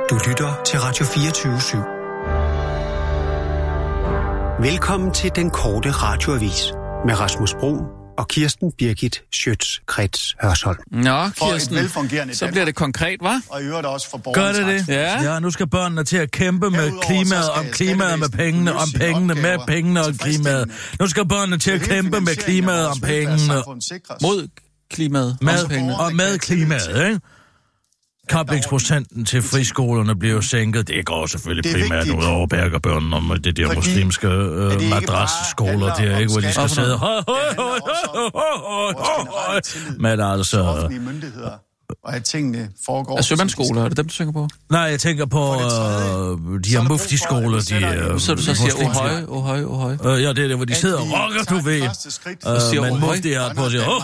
Du lytter til Radio 24/7. Velkommen til den korte radioavis med Rasmus Bruun og Kirsten Birgit Schøtz-Krets Hørsholm. Nå, Kirsten, så bliver det konkret, hva'? Og i øvrigt også for borgernes Gør det det? Ja. Ja, nu skal børnene til at kæmpe med klimaet, om klimaet med pengene, om pengene med pengene og klimaet. Nu skal børnene til at kæmpe med klimaet, om pengene. Mod klimaet, med klimaet, ikke? Koblingsprocenten til friskolerne bliver jo sænket. Det går selvfølgelig primært ud over Bergerbørn om det der muslimske madrasskoler der, ikke? Hvor de skal sidde men altså... offentlige myndigheder, og at tingene foregår... Er sømandsskoler, er det dem, du tænker på? Nej, jeg tænker på de her mufti-skoler, Så du så siger ohøj. ja, det er der, hvor de sidder og rocker, du ved. Men mufti er på at sige...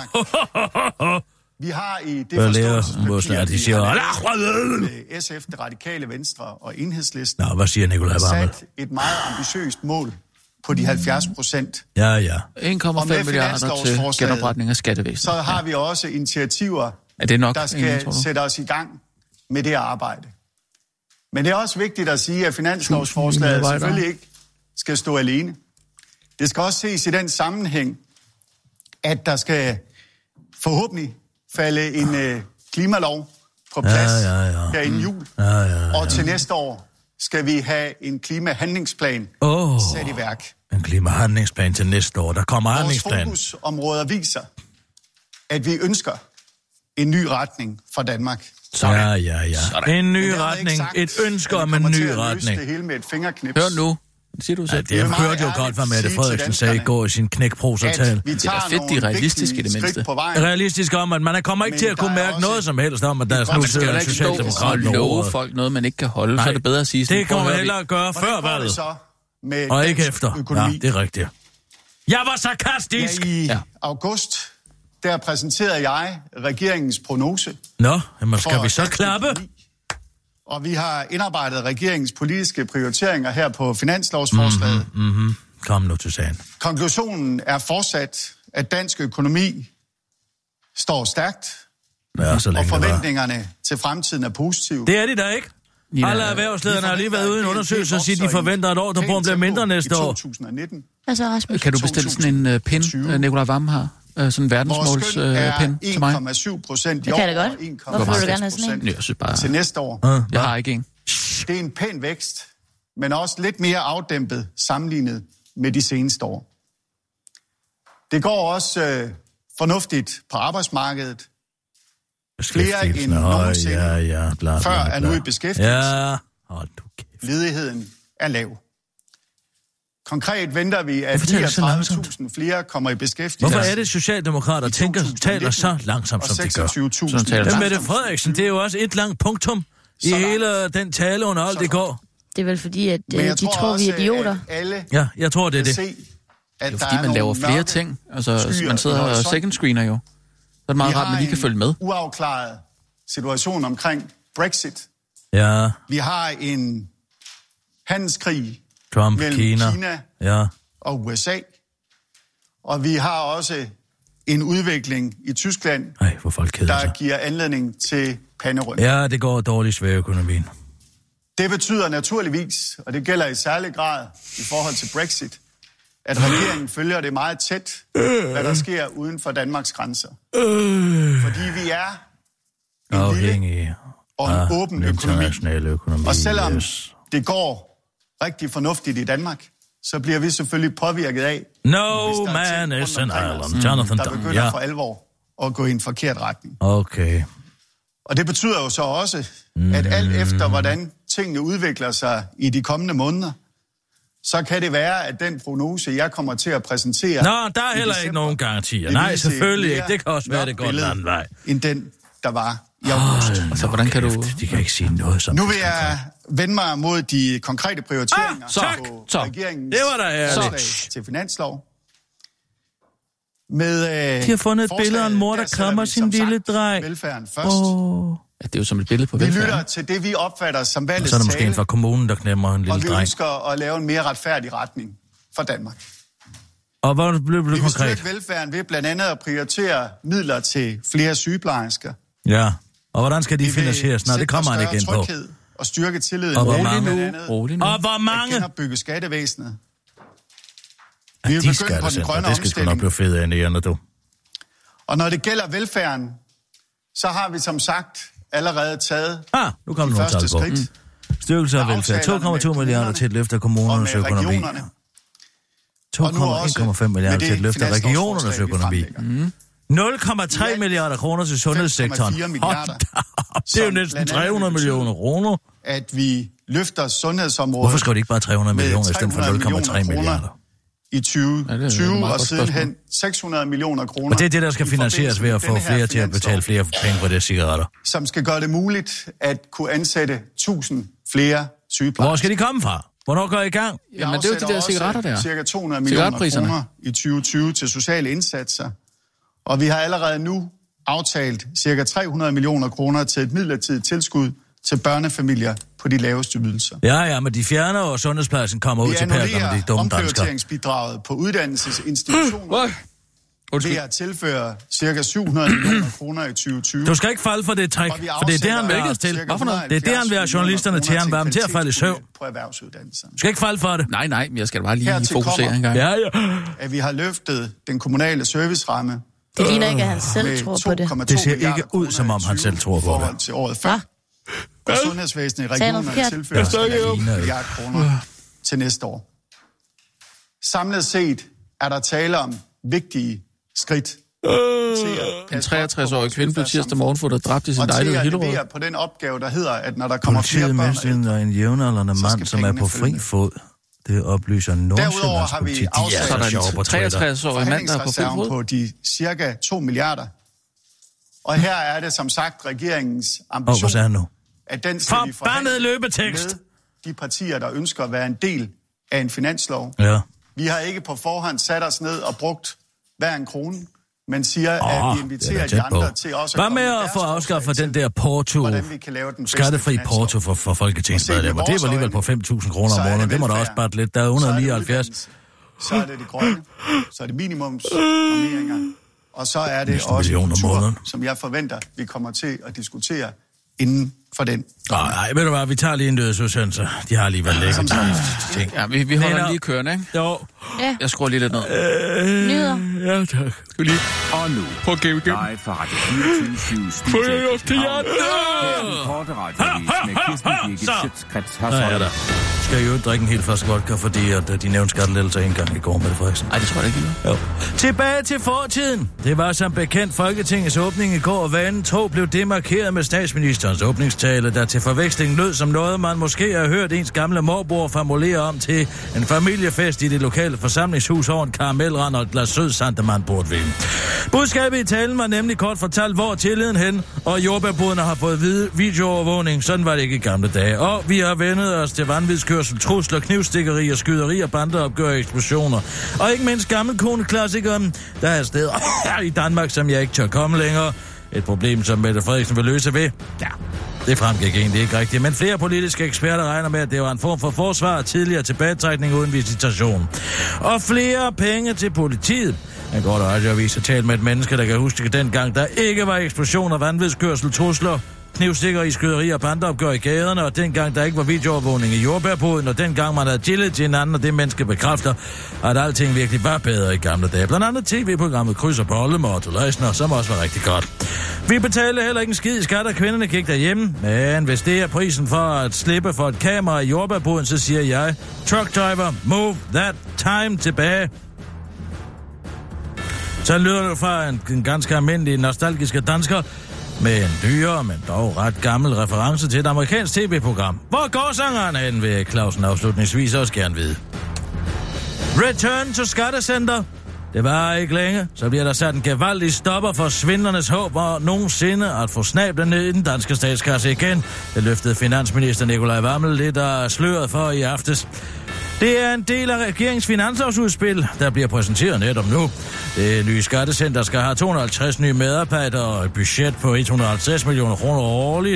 Vi har i det forståelsespapir, de siger, SF, det radikale Venstre og Enhedslisten, hvad siger Nikolaj Wammen? sat et meget ambitiøst mål på de 70%. Ja. 1,5 milliarder til genopretning af skattevæsenet. Så har vi også initiativer, er det nok, der skal sætte os i gang med det arbejde. Men det er også vigtigt at sige, at finanslovsforslaget selvfølgelig ikke skal stå alene. Det skal også ses i den sammenhæng, at der skal forhåbentlig falde en klimalov på plads her inden jul. Og til næste år skal vi have en klimahandlingsplan sat i værk. En klimahandlingsplan til næste år. Der kommer handlingsplan. Vores fokusområder viser, at vi ønsker en ny retning for Danmark. Ja. En ny retning. Et ønske om en ny retning. Det hele med et fingerknips. Hør nu. Siger du så? Ja, det hørte jo godt, hvad Mette Frederiksen sagde i går i sin knækprosertale. Det er fedt, de er realistiske i det mindste. Realistisk om, at man kommer ikke til at kunne mærke noget som helst om, at der nu sidder en socialdemokrat og love folk noget, man ikke kan holde. Nej, så er det bedre at sige sådan. Det kommer man hellere gøre før valget. Og ikke efter. Ja, det er rigtigt. Jeg var sarkastisk! I august, der præsenterede jeg regeringens prognose. Nå, jamen skal vi så klappe? Og vi har indarbejdet regeringens politiske prioriteringer her på finanslovsforslaget. Kom nu til sagen. Konklusionen er fortsat, at dansk økonomi står stærkt, og forventningerne til fremtiden er positive. Det er de da ikke. Alle erhvervslederne har lige været ude i en undersøgelse og siger, at de forventer et år, der bliver mindre næste år. 2019. Altså, Rasmus. Kan du bestille sådan en pin, Nikolaj Wammen har? Sådan en verdensmålspin til mig? 1,7% i år. Det kan det godt. Hvorfor vil du gerne have sådan en? Jeg synes bare... Til næste år. Jeg har ikke en. Det er en pæn vækst, men også lidt mere afdæmpet sammenlignet med de seneste år. Det går også fornuftigt på arbejdsmarkedet. Flere end nogensinde før er nu i beskæftigelse. Ja. Ledigheden er lav. Konkret venter vi, at 39.000 flere kommer i beskæftigelse. Hvorfor er det, socialdemokrater taler så langsomt, som de gør? Men Mette Frederiksen, det er jo også et langt punktum i hele den tale under alt det går. Det er vel fordi, at de tror, vi er idioter. Ja, jeg tror, det er det. Det er fordi, man laver flere ting. Altså, man sidder og second screener jo. Så er det meget rart, at man lige kan følge med. Uafklaret situation omkring Brexit. Ja. Vi har en handelskrig Trump, mellem Kina og USA. Og vi har også en udvikling i Tyskland, der giver anledning til panderynk. Ja, det går dårligt svær økonomien. Det betyder naturligvis, og det gælder i særlig grad i forhold til Brexit, at regeringen følger det meget tæt, hvad der sker uden for Danmarks grænser. Fordi vi er en lille og en åben økonomi. Og selvom det går rigtig fornuftigt i Danmark, så bliver vi selvfølgelig påvirket af, no man is an island. Jonathan der begynder for alvor at gå i en forkert retning. Okay. Og det betyder jo så også, at alt efter hvordan tingene udvikler sig i de kommende måneder, så kan det være, at den prognose, jeg kommer til at præsentere... Nå, der er heller ikke nogen garantier. Nej, selvfølgelig ikke. Det kan også være, det går den anden vej. End den, der var i august. Så hvordan kan du... De kan ikke sige noget som... Nu vil jeg vende mig mod de konkrete prioriteringer på regeringens forslag til finanslov. Med, de har fundet et billede af en mor, der krammer sin lille dreng. Velfærden først. Ja, det er jo som et billede på velfærden. Vi lytter til det, vi opfatter som valgets tale. Så er der måske en fra kommunen, der knemmer en lille dreng. Og vi ønsker at lave en mere retfærdig retning for Danmark. Og hvad blev det konkret? Vi vil styrke velfærden ved blandt andet at prioritere midler til flere sygeplejersker. Ja, og hvordan skal de finansieres? Nej, det kommer han ikke ind på. at styrke tilliden. Og Rolig nu. Og hvor mange? At genopbygge skattevæsenet. Vi er begyndt på den grønne omstilling. Det skal sgu nok blive fedt af en du. Og når det gælder velfærden, så har vi som sagt allerede taget nu kommer de første skridt. Styrkelse af velfærd. 2,2 milliarder til et løft af kommunernes økonomi. 2,1,5 milliarder til et løft af regionernes økonomi. 0,3 milliarder kroner til sundhedssektoren. Det er jo næsten 300 millioner kroner. At vi løfter sundhedsområdet. Hvorfor skal det ikke bare 300 millioner i stedet for 0,3 milliarder? I 2020 og sidenhen 600 millioner kroner. Og det er det, der skal finansieres ved at få flere til at betale flere penge for det cigaretter. Som skal gøre det muligt at kunne ansætte 1000 flere sygeplejersker. Hvor skal de komme fra? Hvornår går I i gang? Jamen, det er jo de der cigaretter der. Cirka 200 millioner kroner i 2020 til sociale indsatser. Og vi har allerede nu aftalt cirka 300 millioner kroner til et midlertidigt tilskud til børnefamilier på de laveste ydelser. Ja, men de fjerner og sundhedspladsen kommer ud til pærkerne, de dumme danskere. Vi annullerer omprioriteringsbidraget på uddannelsesinstitutioner ved at tilføre cirka 700 millioner kroner i 2020. Du skal ikke falde for det trick, for det er det, han vil have os til. Det er det, han vil have journalisterne til. Han vil have dem til at falde i søvn. Du skal ikke falde for det. Nej, men jeg skal bare lige fokusere en gang. Ja. At vi har løftet den kommunale serviceramme. Det ligner ikke, at han selv tror på det. Det ser ikke ud, som om han selv tror på det. Til året før. Og sundhedsvæsenet i regionerne tilfører 1 milliard kroner til næste år. Samlet set er der tale om vigtige skridt. En 63-årig kvinde blev tirsdag morgen fundet dræbt i sin lejlighed i Hillerød. Og til at på den opgave, der hedder, at når der kommer flere børn... Politiet mistænker en jævnaldrende mand, som er på fri fod. Det oplyser Nordsjællands politi. De er så sjove på Twitter. 63-årig mand, der er på fri fod. På de cirka 2 milliarder. Og her er det som sagt regeringens ambition... hvad sagde han nu? At den skal vi forhandle løbetekst med de partier, der ønsker at være en del af en finanslov. Ja. Vi har ikke på forhånd sat os ned og brugt hver en krone, men siger, at vi inviterer de andre til også at komme med at få afskaffet den der porto, skattefri porto for folketingsmedlemmer. Det var alligevel på 5.000 kroner om måneden. Det må da også bare lidt. Der er 179. Så er det grønne. Så er det minimumsnormeringer. Og så er det også kultur, som jeg forventer, vi kommer til at diskutere inden for den. Nej, ved du hvad, vi tager lige en dødsudsendelse. De har alligevel lækket ting. Ja, vi holder lige kørende, ikke? Jo. Ja. Jeg skruer lige lidt ned. Nyder. Ja, tak. Skal lige... Og nu, prøv at gemme igen. live fra Radio 24 Studio. Få det op til hjertet! Den korte radiovis med Kirsten Birgit Schøtzgrads Hasholm. Skal jo drikke en helt flaske vodka, fordi at de nævnte skattelettelser en gang i går med det Frederiksen. Nej, det tror jeg ikke. Jo. Tilbage til fortiden. Det var som bekendt Folketingets åbning i går, og vanen tro blev demarkeret med statsministerens åbningstale, der til forveksling lød som noget, man måske har hørt ens gamle morbror formulere om til en familiefest i det lokale forsamlingshus over en karamelrand og et glas sød Sandemann portvin. Budskabet i talen var nemlig kort fortalt, hvor tilliden hen, og jordbærboderne har fået videoovervågning. Sådan var det ikke i gamle dage. Og vi har vendet os til vanvidskørsel, trusler, knivstikkeri og skyderi og bandeopgør og eksplosioner. Og ikke mindst gammelkone-klassikeren, der er steder i Danmark, som jeg ikke tør komme længere. Et problem, som Mette Frederiksen vil løse ved. Ja, det fremgik egentlig ikke rigtigt, men flere politiske eksperter regner med, at det var en form for forsvar og tidligere tilbagetrækning uden visitation. Og flere penge til politiet. En godt radioavis har talt med et menneske, der kan huske dengang, der ikke var eksplosioner, vanvidskørsel, trusler, knivstikkeri, skyderi og bandeopgør i gaderne, og dengang der ikke var videoovervågning i jordbærboden, og dengang man havde tillid til hinanden, og det menneske bekræfter, at alting virkelig var bedre i gamle dage. Blandt andet tv-programmet Kryds og Bolle med Otto Leisner, som også var rigtig godt. Vi betalte heller ikke en skid i skat, og kvinderne gik derhjemme, men hvis det er prisen for at slippe for et kamera i jordbærboden, så siger jeg, truck driver, move that time tilbage. Så lyder det fra en ganske almindelig nostalgiske dansker, med en dyre, men dog ret gammel reference til et amerikansk tv-program. Hvor går sangeren hen, vil Clausen afslutningsvis også gerne vide. Return to Skattecenter. Det var ikke længe, så bliver der sat en gevaldig stopper for svindlernes håb og nogensinde at få snablet ned i den danske statskasse igen. Det løftede finansminister Nikolaj Wammen lidt af sløret for i aftes. Det er en del af regeringens finanslovsudspil, der bliver præsenteret netop nu. Det nye skattecenter skal have 250 nye medarbejdere og et budget på 150 millioner kroner årligt.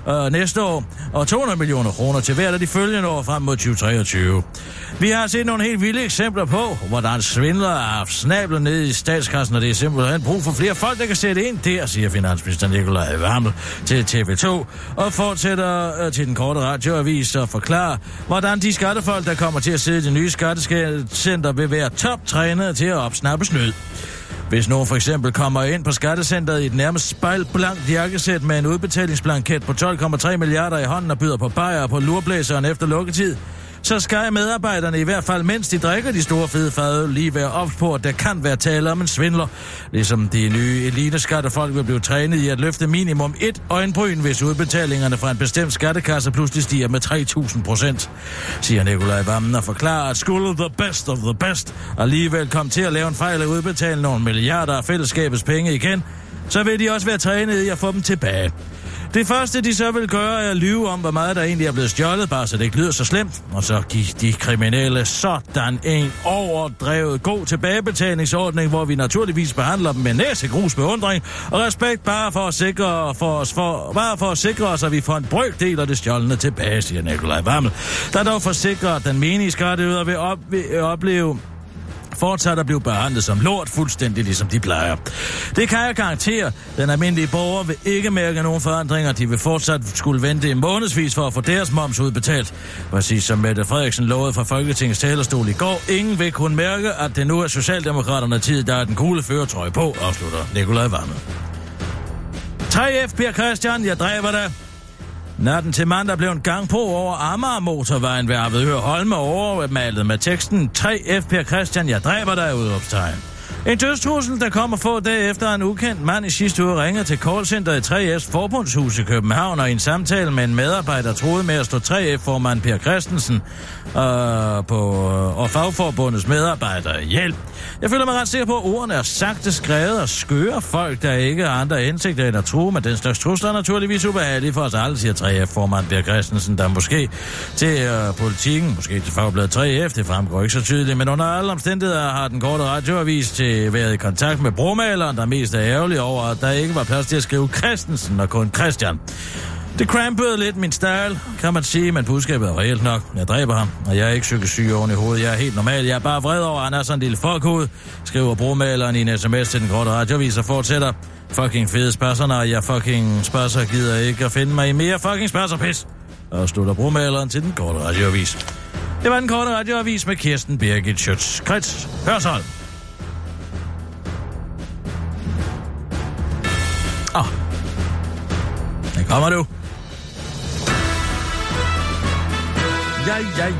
næste år, og 200 millioner kroner til hvert af de følgende år frem mod 2023. Vi har set nogle helt vilde eksempler på, hvordan svindlere har haft snabler ned i statskassen, og det er simpelthen brug for flere folk, der kan sætte ind der, siger finansminister Nikolaj Wammen til TV2, og fortsætter til den korte radioavis og forklarer, hvordan de skattefolk, der kommer til at sidde i det nye skattecenter, vil være toptrænede til at opsnappe snyd. Hvis nogen for eksempel kommer ind på skattecenteret i et nærmest spejlblankt jakkesæt med en udbetalingsblanket på 12,3 milliarder i hånden og byder på bajer på lurblæseren efter lukketid, så skal medarbejderne i hvert fald, mens de drikker de store fede fadøl, lige være ops på, at der kan være tale om en svindler. Ligesom de nye eliteskattefolk vil blive trænet i at løfte minimum 1 øjenbryn, hvis udbetalingerne fra en bestemt skattekasse pludselig stiger med 3.000%, siger Nikolaj Wammen og forklarer, at skulle the best of the best alligevel komme til at lave en fejl og udbetale nogle milliarder af fællesskabets penge igen, så vil de også være trænet i at få dem tilbage. Det første, de så vil gøre, er at lyve om, hvor meget der egentlig er blevet stjålet, bare så det ikke lyder så slemt. Og så give de kriminelle sådan en overdrevet god tilbagebetalingsordning, hvor vi naturligvis behandler dem med næsegrus beundring og respekt bare for at sikre os, at vi får en brøkdel af det stjålne tilbage, siger Nikolaj Wammen, der dog forsikrer, at den menige skatteyder vil opleve fortsat at blive behandlet som lort, fuldstændig ligesom de plejer. Det kan jeg garantere. Den almindelige borger vil ikke mærke nogen forandringer. De vil fortsat skulle vente i månedsvis for at få deres moms udbetalt. Præcis som Mette Frederiksen lovede fra Folketingets talerstol i går. Ingen vil kunne mærke, at det nu er Socialdemokraterne tid, der er den gule førertrøje på, afslutter Nikolaj Wammen. 3F Per Christian, jeg dræber dig. Natten til mandag blev en gang på over Amager-motorvejen ved Avedøre Holme overmalet med teksten 3F Per Christian, jeg dræber dig, udråbstegn. En dødstrussel, der kommer få dage efter en ukendt mand i sidste uge ringede til callcenteret i 3F's forbundshus i København, og i en samtale med en medarbejder troede med at stå 3F-formand Per Christensen og fagforbundets medarbejdere hjælp. Jeg føler mig ret sikker på, at ordene er sagte, skrevet og skøre folk, der ikke har andre indsigter end at true, men den slags trusler er naturligvis ubehagelige for os alle, siger 3F-formand Per Christensen, der måske til politikken, måske til fagbladet 3F, det fremgår ikke så tydeligt, men under alle omstændigheder har den korte radioavis til været i kontakt med bromaleren, der mest er ærgerlig over, at der ikke var plads til at skrive Christensen og kun Christian. Det crampede lidt min style, kan man sige, men budskabet er reelt nok. Jeg dræber ham, og jeg er ikke psykisk syg oven i hovedet. Jeg er helt normal. Jeg er bare vred over, at han er sådan en lille fuckhoved, skriver bromaleren i en sms til den korte radioavis og fortsætter. Fucking fede spørserne, og jeg fucking spørser gider ikke at finde mig i mere fucking spørserpis. Og slutter bromaleren til den korte radioavis. Det var den korte radioavis med Kirsten Birgit Schøtz-Krets Hørsholm. Den kommer du. Ja.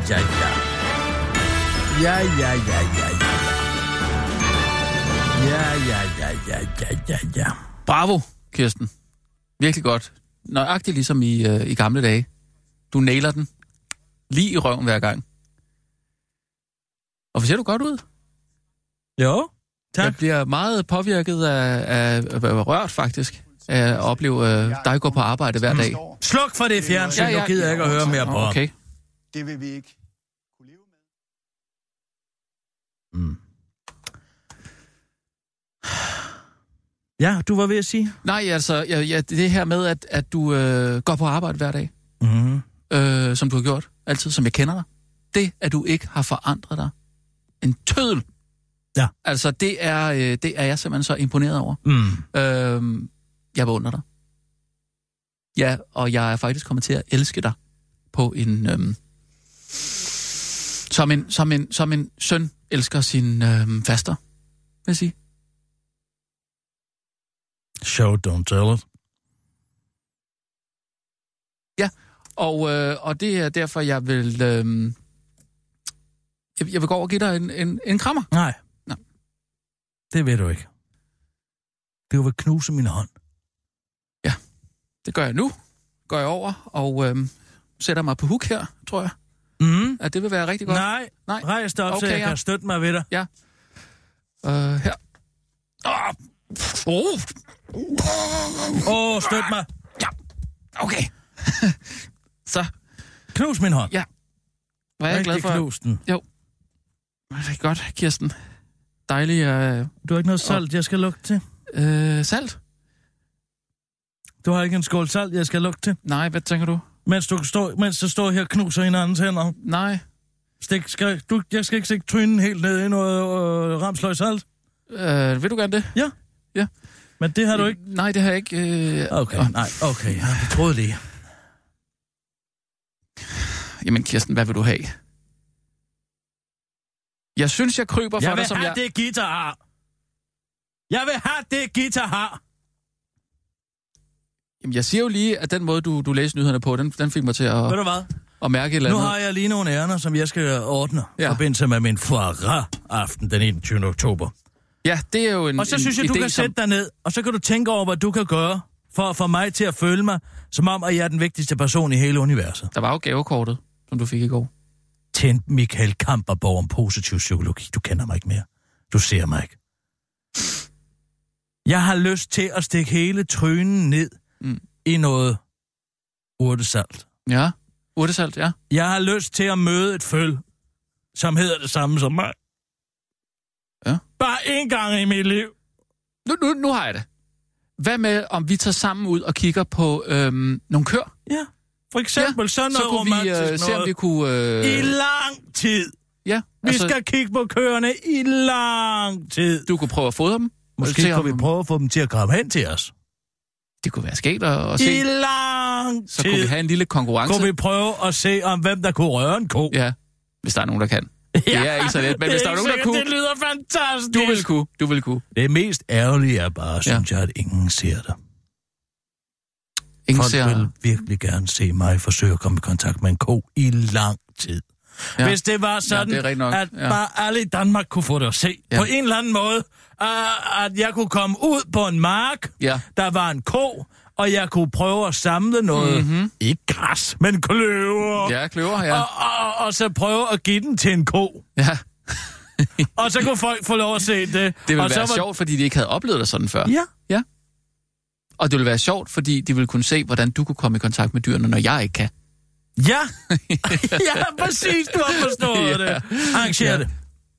Bravo, Kirsten. Virkelig godt. Nøjagtigt ligesom i gamle dage. Du nailer den. Lige i røven hver gang. Og hvor ser du godt ud? Jo, tak. Jeg bliver meget påvirket af rørt, faktisk. At opleve dig gå på arbejde hver dag. Sluk for det fjernsyn, nu gider jeg ikke at høre mere på. Okay. Det vil vi ikke kunne leve med. Ja, du var ved at sige? Nej, altså, det her med, at du går på arbejde hver dag, som du har gjort, altid, som jeg kender dig, det, at du ikke har forandret dig en tødel. Ja. Altså, det er jeg simpelthen så imponeret over. Jeg beundrer dig. Ja, og jeg er faktisk kommet til at elske dig på en... som en søn elsker sin faster, vil jeg sige. Show, don't tell it. Ja, og det er derfor, jeg vil... Jeg vil gå over og give dig en krammer. Nej. Det ved du ikke. Du vil knuse min hånd. Ja, det gør jeg nu. Går jeg over og sætter mig på huk her, tror jeg. At det vil være rigtig godt. Nej. Rejs dig op, okay, så jeg kan støtte mig ved dig. Ja. Her. Støt mig. Ja, okay. Så. Knus min hånd. Ja. Var jeg glad for? Knus den. Jo. Det er godt, Kirsten. Dejligt. Du har ikke noget salt, jeg skal lugte til? Salt? Du har ikke en skål salt, jeg skal lukke til? Nej, hvad tænker du? Mens du står her og knuser hinandens hænder? Nej. Jeg skal ikke stikke trynen helt ned i noget ramsløg salt? Vil du gerne det? Ja. Ja. Men det har du ikke? Nej, det har jeg ikke. Okay, jeg troede lige. Jamen, Kirsten, hvad vil du have? Jeg synes, jeg kryber for dig, som jeg... Jeg vil have det, Gita har. Jeg vil have det, Gita har. Jamen, jeg siger jo lige, at den måde, du læser nyhederne på, den fik mig til at... Ved du hvad? At mærke et eller andet. Nu har jeg lige nogle ærner, som jeg skal ordne. Ja. Forbindelse med min foie-gras-aften den 21. oktober. Ja, det er jo en... Og så synes jeg, du kan sætte dig ned, og så kan du tænke over, hvad du kan gøre, for at få mig til at føle mig, som om, at jeg er den vigtigste person i hele universet. Der var jo gavekortet, som du fik i går. Til Michael Kamperborg om positiv psykologi. Du kender mig ikke mere. Du ser mig ikke. Jeg har lyst til at stikke hele trynen ned i noget urtesalt. Ja, urtesalt, ja. Jeg har lyst til at møde et føl, som hedder det samme som mig. Ja. Bare én gang i mit liv. Nu har jeg det. Hvad med, om vi tager sammen ud og kigger på nogle køer? Ja, for eksempel sådan noget romantisk noget. Så kunne vi se, om vi kunne... I lang tid. Ja. Vi skal kigge på køerne i lang tid. Du kunne prøve at fodre dem? Måske kunne vi prøve at få dem til at komme hen til os. Det kunne være sket at se. I lang tid. Så kunne vi have en lille konkurrence. Kunne vi prøve at se, om hvem der kunne røre en ko. Ja, hvis der er nogen, der kan. Det er ikke så let, men hvis der er nogen, der kunne... Det lyder fantastisk. Du vil kunne. Det mest ærgerlige er bare, synes jeg, at ingen ser det. Folk vil virkelig gerne se mig forsøge at komme i kontakt med en ko i lang tid. Ja. Hvis det var sådan, at bare alle i Danmark kunne få det at se. Ja. På en eller anden måde, at jeg kunne komme ud på en mark, der var en ko, og jeg kunne prøve at samle noget, ikke græs, men kløver. Ja, kløver, ja. Og så prøve at give den til en ko. Ja. Og så kunne folk få lov at se det. Det ville være sjovt, fordi de ikke havde oplevet det sådan før. Ja. Og det ville være sjovt, fordi de ville kunne se, hvordan du kunne komme i kontakt med dyrene, når jeg ikke kan. Ja, ja, præcis, du har forstået det. Arranger det.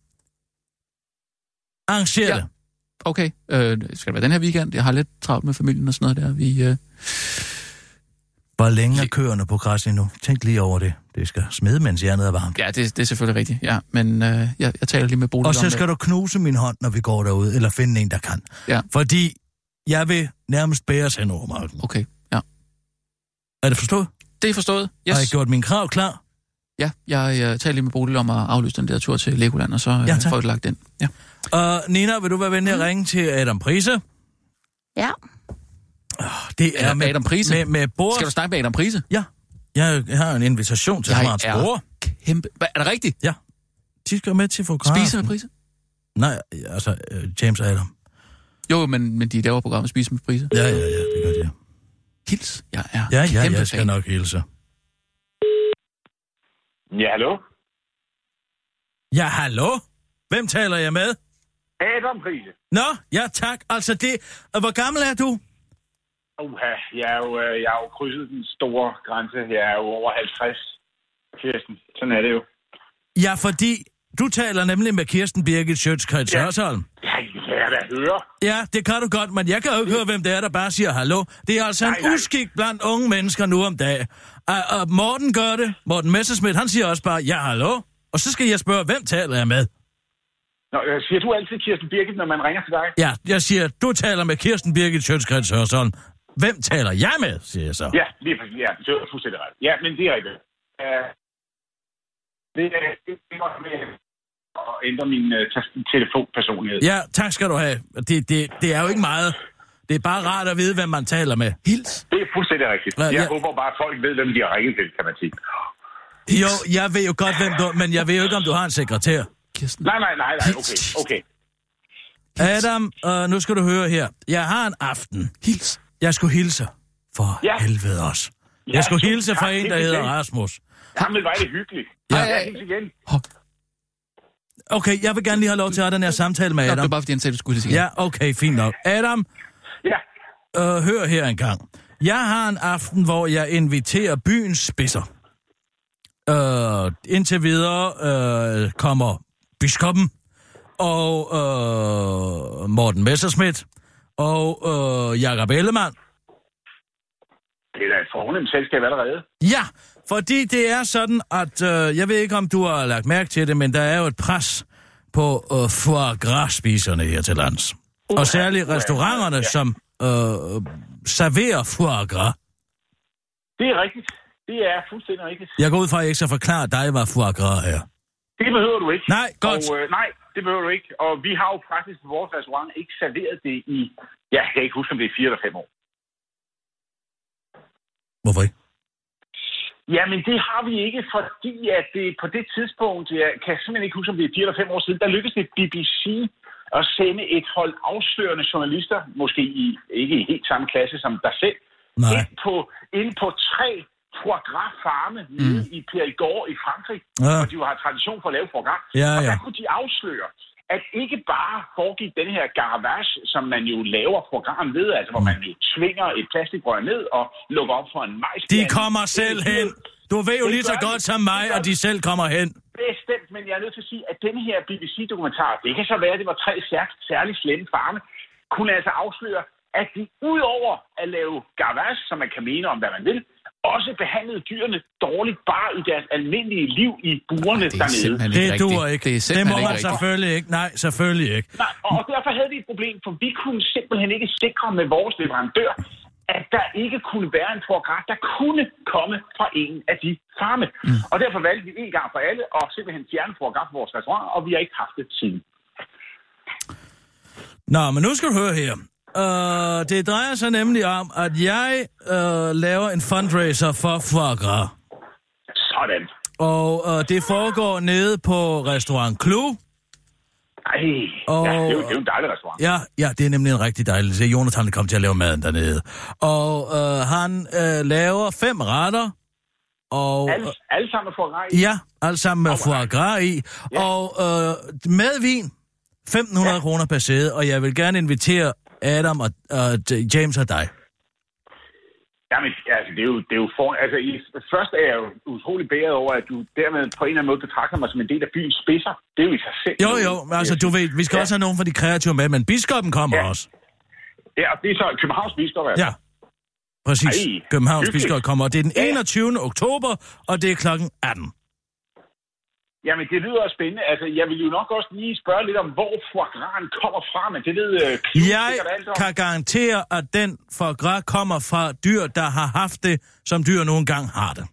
Arranger det. Okay, skal det være den her weekend? Jeg har lidt travlt med familien og sådan noget der. Hvor længe er køerne på græs endnu? Tænk lige over det. Det skal smede, mens jernet er varmt. Ja, det er selvfølgelig rigtigt, ja. Men jeg taler lige med Bodil om det. Og så skal du knuse min hånd, når vi går derud, eller finde en, der kan. Ja. Fordi jeg vil nærmest bæres hen over marken. Okay, ja. Er det forstået? Det er forstået, yes. Har jeg gjort min krav klar? Ja, jeg taler lige med Bodil om at aflyse den der tur til Legoland, og så får vi lagt den. Ja. Nina, vil du være venlig at ringe til Adam Prise? Ja. Det er med Adam Prise? Med Boris. Skal du snakke med Adam Prise? Ja. Jeg har en invitation til hans bror. Kæmpe... Er det rigtigt? Ja. De skal med til Fokar. Spise med Prise? Nej, altså James og Adam. Jo, men de laver programmet Spise med Prise. Ja, det gør de. Hils. Jeg er kæmpe jeg skal fan. Nok hilse. Ja, hallo? Ja, hallo? Hvem taler jeg med? Adam Prise. Nå, ja tak. Altså det... Hvor gammel er du? Jeg har jo krydset den store grænse. Jeg er jo over 50. Kirsten, sådan er det jo. Ja, fordi du taler nemlig med Kirsten Birgit Schøtz-Krets Hørsholm. Ja, det kan jeg da høre. Ja, det kan du godt, men jeg kan jo ikke høre, hvem det er, der bare siger hallo. Det er altså en uskik blandt unge mennesker nu om dagen. Og Morten gør det. Morten Messerschmidt, han siger også bare, ja, hallo. Og så skal jeg spørge, hvem taler jeg med? Nå, siger du altid Kirsten Birgit, når man ringer til dig? Ja, jeg siger, du taler med Kirsten Birgit Schøtz-Krets Hørsholm. Hvem taler jeg med, siger jeg så. Ja, lige præcis. Ja, det er fuldstændig ret. Ja, men det er rigtigt. Det er med at ændre min telefonpersonlighed. Ja, tak skal du have. Det er jo ikke meget. Det er bare rart at vide, hvem man taler med. Hils. Det er fuldstændig rigtigt. Jeg håber bare, at folk ved, hvem de har ringet til, kan man sige. Jo, jeg ved jo godt, hvem du... Men jeg ved jo ikke, om du har en sekretær. Kirsten. Nej. Okay. Adam, nu skal du høre her. Jeg har en aften. Hils. Jeg skulle hilse. For helvede også. Jeg skulle hilse fra en, der hedder Rasmus. Jamen, var det hyggeligt. Ja. Igen. Okay, jeg vil gerne lige have lov til at have den her samtale med Adam. Det var bare, fordi han sagde, du skulle hilse igen. Ja, okay, fint nok. Adam, hør her en gang. Jeg har en aften, hvor jeg inviterer byens spidser. Indtil videre kommer biskoppen og Morten Messerschmidt og Jakob Ellemann det er da et fornemt selskab allerede. Ja, fordi det er sådan, at jeg ved ikke, om du har lagt mærke til det, men der er jo et pres på foie gras-spiserne her til lands. Og særligt restauranterne, som serverer foie gras. Det er rigtigt. Det er fuldstændig rigtigt. Jeg går ud fra, at jeg ikke skal forklare dig, hvad foie gras er. Det behøver du ikke. Nej, godt. Og, nej, det behøver du ikke. Og vi har jo faktisk på vores restaurant ikke serveret det i, jeg kan ikke huske, om det er 4 eller 5 år. Hvorfor ikke? Jamen, det har vi ikke, fordi at det på det tidspunkt, jeg kan simpelthen ikke huske, om det er 4 eller 5 år siden, der lykkedes det BBC at sende et hold afslørende journalister, måske ikke i helt samme klasse som dig selv, ind på 3 foie gras farme nede i Périgord i Frankrig, hvor de jo har tradition for at lave foie gras. Og der kunne de afsløre, at ikke bare foregik den her garavage, som man jo laver foie gras ved, altså hvor man jo tvinger et plastikrør ned og lukker op for en majs. De kommer selv hen. Du ved jo lige så godt som mig, at de selv kommer hen. Bestemt, men jeg er nødt til at sige, at denne her BBC-dokumentar, det kan så være, at det var 3 særligt slemme farme, kunne altså afsløre, at de udover at lave garavage, som man kan mene om, hvad man vil, også behandlede dyrene dårligt bare i deres almindelige liv i burene dernede. Det duer ikke. Det må man selvfølgelig ikke. Nej, selvfølgelig ikke. Nej, og derfor havde vi et problem, for vi kunne simpelthen ikke sikre med vores leverandør, at der ikke kunne være en foie gras, der kunne komme fra en af de farme. Og derfor valgte vi en gang for alle at simpelthen fjerne foie gras på vores restaurant, og vi har ikke haft det siden. Nå, men nu skal du høre her. Det drejer sig nemlig om, at jeg laver en fundraiser for foie gras. Sådan. Og det foregår nede på Restaurant Clou. Ej, og, ja, det er jo en dejlig restaurant. Ja, det er nemlig en rigtig dejlig. Så Jonathan kom til at lave maden dernede. Og han laver 5 retter. Og, alle sammen med foie gras i? Ja, alle sammen med foie gras i. Ja. Og med vin, 1.500 kroner per sæde. Og jeg vil gerne invitere Adam og James og dig. Jamen, altså, det er jo for... Altså, først er jeg jo utrolig bæret over, at du dermed på en eller anden måde betragter mig som en del af byens spidser. Det er jo i sig selv. Jo, altså, du ved, vi skal også have nogen fra de kreative med, men biskoppen kommer også. Ja, og det er så Københavns biskop, altså. Ja, præcis. Københavns biskop kommer. Det er den 21. oktober, og det er klokken 18. Jamen, det lyder spændende. Altså, jeg vil jo nok også lige spørge lidt om, hvor foie gras kommer fra, men det ved jeg kan garantere, at den foie gras kommer fra dyr, der har haft det, som dyr nogle gange har det.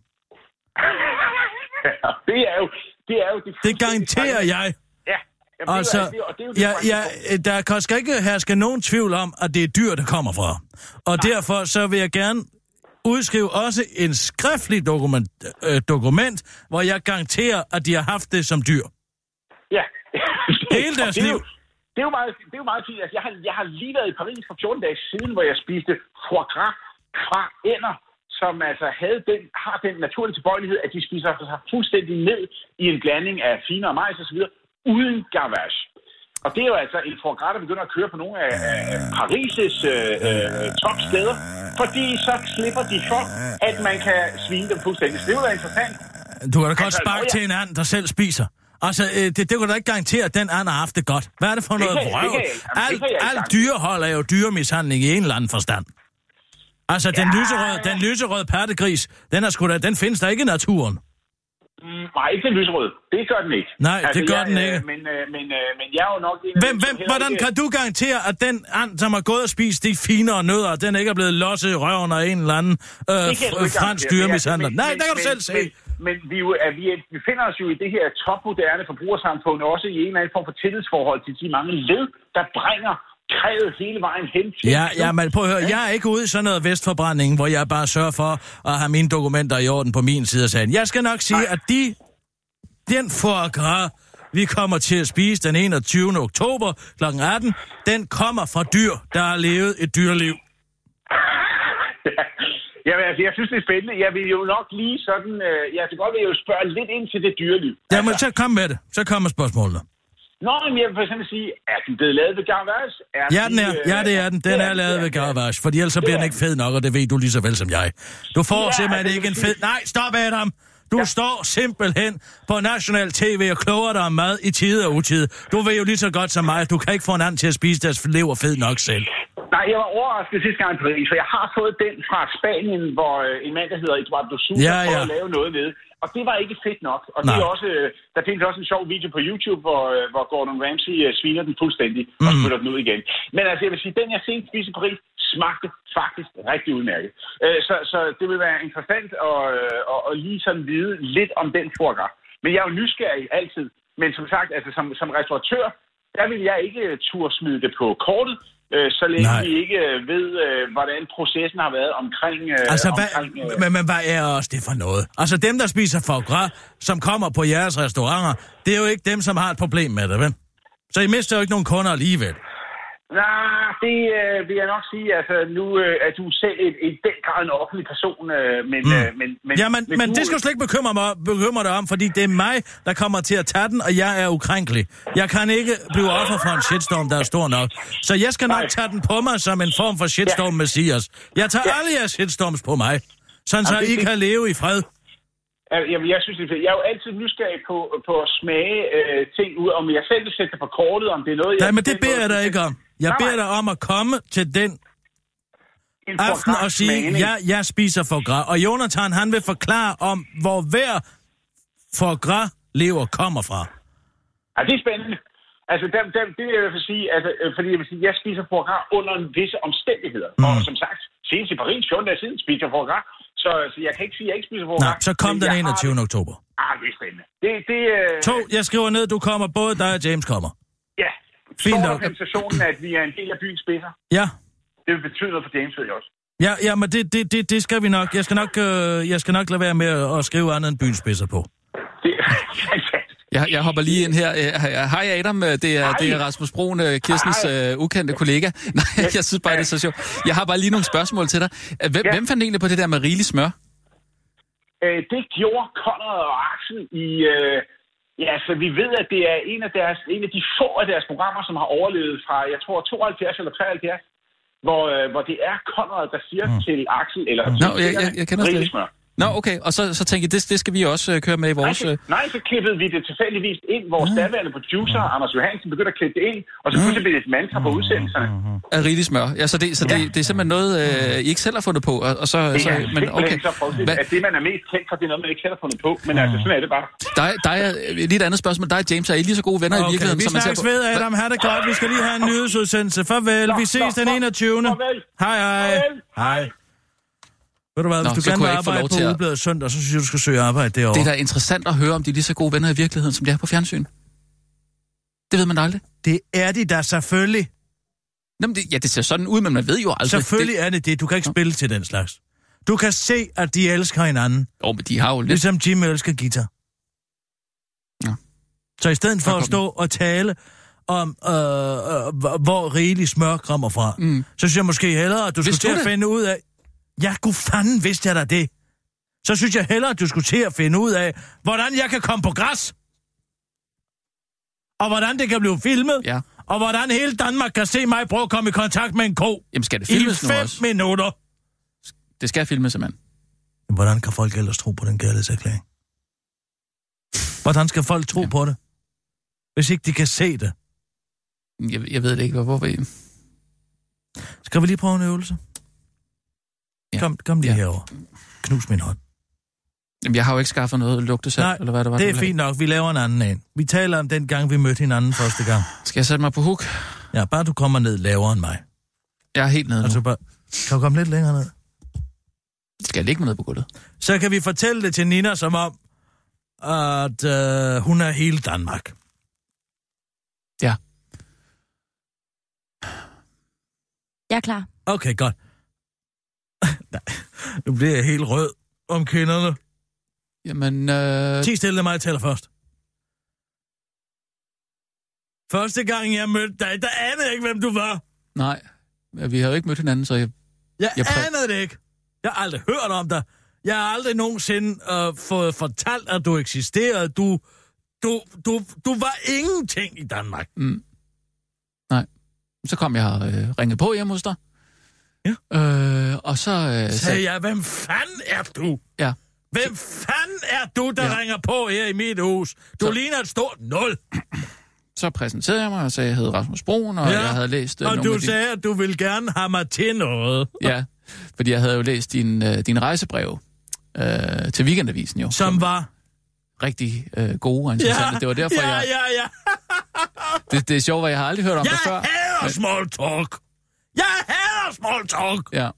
det er jo det garanterer jeg. Ja. Jamen, altså, der skal ikke herske nogen tvivl om, at det er dyr, der kommer fra. Og derfor så vil jeg gerne udskrive også en skriftlig dokument, hvor jeg garanterer, at de har haft det som dyr. Ja. Hele deres liv. Det er jo meget fint. Altså, jeg har lige været i Paris for 14 dage siden, hvor jeg spiste foie gras fra ænder, som altså har den naturlige tilbøjelighed, at de spiser sig fuldstændig ned i en blanding af finer og majs og så videre, uden gavage. Og det er jo altså en foie gras, der begynder at køre på nogle af Paris' topsteder, fordi så slipper de for, at man kan svine dem fuldstændig. Så det er jo interessant. Du kan da godt sparke til en and, der selv spiser. Altså, det kunne da ikke garantere, at den and har haft det godt. Hvad er det for noget vrøv? Alt dyrehold er jo dyremishandling i en eller anden forstand. Altså, den lyserøde pattegris, den findes der ikke i naturen. Nej, ikke den lyserøde. Det gør den ikke. Nej, altså, det gør den ikke. Men jeg er jo nok... Hvordan kan du garantere, at den and, som har gået og spist de finere nødder, den ikke er blevet losset i røven af en eller anden fransk dyremishandler? Nej, der kan du selv se. Men vi finder os jo i det her topmoderne forbrugersamfund, også i en eller anden form for tillidsforhold til de mange led, der bringer krævet hele vejen hen til... Ja, men prøv at høre, jeg er ikke ude i sådan noget vestforbrænding, hvor jeg bare sørger for at have mine dokumenter i orden på min side af sagen. Jeg skal nok sige, at den foie gras, vi kommer til at spise den 21. oktober kl. 18, den kommer fra dyr, der har levet et dyreliv. Jamen, altså, jeg synes, det er spændende. Jeg vil jo nok lige sådan... jeg skal godt jo spørge lidt ind til det dyreliv. Jamen, så kom med det. Så kommer spørgsmålene. Nå, men jeg vil for eksempel sige, er den blevet lavet ved Garavage? Ja, den er. Ja, det er den. Den er lavet ved Garavage, for ellers så bliver den ikke fed nok, og det ved du lige så vel som jeg. Du får simpelthen ikke en fed... Nej, stop, Adam! Du står simpelthen på national tv og kloger dig om mad i tide og utide. Du ved jo lige så godt som mig, at du kan ikke få en anden til at spise deres lever fed nok selv. Nej, jeg var overrasket sidste gang i Paris, for jeg har fået den fra Spanien, hvor en mand, der hedder Eduardo Sousa, prøvede at lave noget ved. Og det var ikke fedt nok. Og det er også, der findes også en sjov video på YouTube, hvor Gordon Ramsay sviner den fuldstændig og spytter den ud igen. Men altså, jeg vil sige, den jeg senest spiste i Paris, smagte faktisk rigtig udmærket. Så det vil være interessant at lige sådan vide lidt om den foie gras. Men jeg er jo nysgerrig altid. Men som sagt, altså som restauratør, der vil jeg ikke turde smide det på kortet, så længe vi ikke ved, hvordan processen har været omkring... Men hvad er også det for noget? Altså dem, der spiser foie gras, som kommer på jeres restauranter, det er jo ikke dem, som har et problem med det, vel? Så I mister jo ikke nogen kunder alligevel. Nej, det vil jeg nok sige. Altså, nu er du selv i den grad en offentlig person, men det skal du slet ikke bekymre dig om, fordi det er mig, der kommer til at tage den, og jeg er ukrænkelig. Jeg kan ikke blive offer for en shitstorm, der er stor nok. Så jeg skal nok tage den på mig som en form for shitstorm messias. Jeg tager alle jeres shitstorms på mig, sådan så I kan leve i fred. Jeg synes, jeg er jo altid nysgerrig på at smage ting ud, om jeg selv vil sætte det på kortet, om det er noget... Nej, men det beder jeg dig ikke om. Jeg beder dig om at komme til den aften og sige, ja, jeg spiser foie gras. Og Jonathan, han vil forklare om, hvor hver foie gras lever kommer fra. Ja, det er spændende. Altså, det vil jeg i hvert fald sige, altså, fordi jeg vil sige, jeg spiser foie gras under visse omstændigheder. Og som sagt, senest i Paris, 14 dage siden, spiser jeg foie gras. Så jeg kan ikke sige, at jeg ikke spiser foie gras. Nej, så kom den 21. oktober. Det er spændende. Jeg skriver ned, du kommer, både dig og James kommer. Ja. Fint nok. Organisationen, at vi er en del af byens spidser. Ja. Det vil betyde noget for James, ved jeg også. Ja, men det skal vi nok. Jeg skal nok lade være med at skrive andet end byens spidser på. Det er fantastisk. Jeg hopper lige ind her. Hej Adam, det er Rasmus Broen, Kirstens ukendte kollega. Nej, jeg synes bare, det er så sjovt. Jeg har bare lige nogle spørgsmål til dig. Hvem fandt egentlig på det der med rigelig smør? Det gjorde Conrad og Axel i... så vi ved, at det er en af de få af deres programmer, som har overlevet fra, jeg tror, 72 eller 73, hvor det er Conrad, der siger til Axel, eller jeg kender rigelig smør. Nå, okay, og så tænker jeg, det skal vi også køre med i vores... Nej, så klippede vi det tilfældigvis ind. Vores daværende producer, Anders Johansen, begyndte at klippe det ind, og så pludselig blev det et mantra på udsendelserne. Af rigelig smør. Ja, så det er simpelthen noget, I ikke selv har fundet på, og så... Men okay. At det, man er mest kendt for, det er noget, man ikke selv har fundet på, men altså, sådan er det bare. Der er lige et andet spørgsmål. Dig og James, er I lige så gode venner i virkeligheden, som man ser på? Vi snakkes ved, Adam. Ha' det godt. Vi skal lige have en nyhedsudsendelse. Farvel. Vi ses den 21. Hej. Ved du hvad, hvis du gerne vil arbejde på Ugebladet Søndag, så synes jeg, du skal søge arbejde derovre. Det er da interessant at høre, om de er lige så gode venner i virkeligheden, som de er på fjernsyn. Det ved man aldrig. Det er de da selvfølgelig. Jamen, det ser sådan ud, men man ved jo aldrig. Selvfølgelig er det. Du kan ikke spille til den slags. Du kan se, at de elsker hinanden. Men de har jo lidt... Ligesom Jim elsker guitar. Ja. Så i stedet for at stå og tale om, hvor rigelig smør kommer fra, så synes jeg måske hellere, at du skulle til at finde ud af... Ja, gud fanden vidste jeg da det. Så synes jeg hellere, at du skulle til at finde ud af, hvordan jeg kan komme på græs. Og hvordan det kan blive filmet. Ja. Og hvordan hele Danmark kan se mig prøve at komme i kontakt med en ko. Jamen skal det filmes nu også? I 5 minutter. Det skal filmes, simpelthen. Hvordan kan folk ellers tro på den kærlighedserklæring? Hvordan skal folk tro på det? Hvis ikke de kan se det. Jeg ved det ikke, hvorfor vi... Skal vi lige prøve en øvelse? Ja. Kom lige herover. Knus min hånd. Jamen, jeg har jo ikke skaffet noget lugtesalt, eller hvad det var. Det er fint nok. Vi laver en anden en. Vi taler om den gang, vi mødte hinanden første gang. Skal jeg sætte mig på hook? Ja, bare du kommer ned lavere end mig. Jeg er helt nede nu. Kan du komme lidt længere ned? Skal jeg ligge mig ned på gulvet? Så kan vi fortælle det til Nina, som om, at hun er hele Danmark. Ja. Jeg er klar. Okay, godt. Nej, nu bliver jeg helt rød om kinderne. Jamen, Ti stille mig, taler først. Første gang jeg mødte dig, der anede jeg ikke, hvem du var. Nej, vi har jo ikke mødt hinanden, så jeg anede det ikke. Jeg har aldrig hørt om dig. Jeg har aldrig nogensinde fået fortalt, at du eksisterede. Du var ingenting i Danmark. Nej. Så kom jeg og ringede på hjemme hos dig. Ja. Og så... sagde jeg, hvem fanden er du? Ja. Hvem fanden er du, der ringer på her i mit hus? Du ligner et stort 0. så præsenterede jeg mig og sagde, at jeg hed Rasmus Broen, og jeg havde læst... og du sagde, at du ville gerne have mig til noget. Ja, fordi jeg havde jo læst din rejsebrev til Weekendavisen jo. Som var? Rigtig gode og interessante. Det var derfor, Det er sjovt, at jeg har aldrig hørt om det før. Jeg hader small talk! Ja.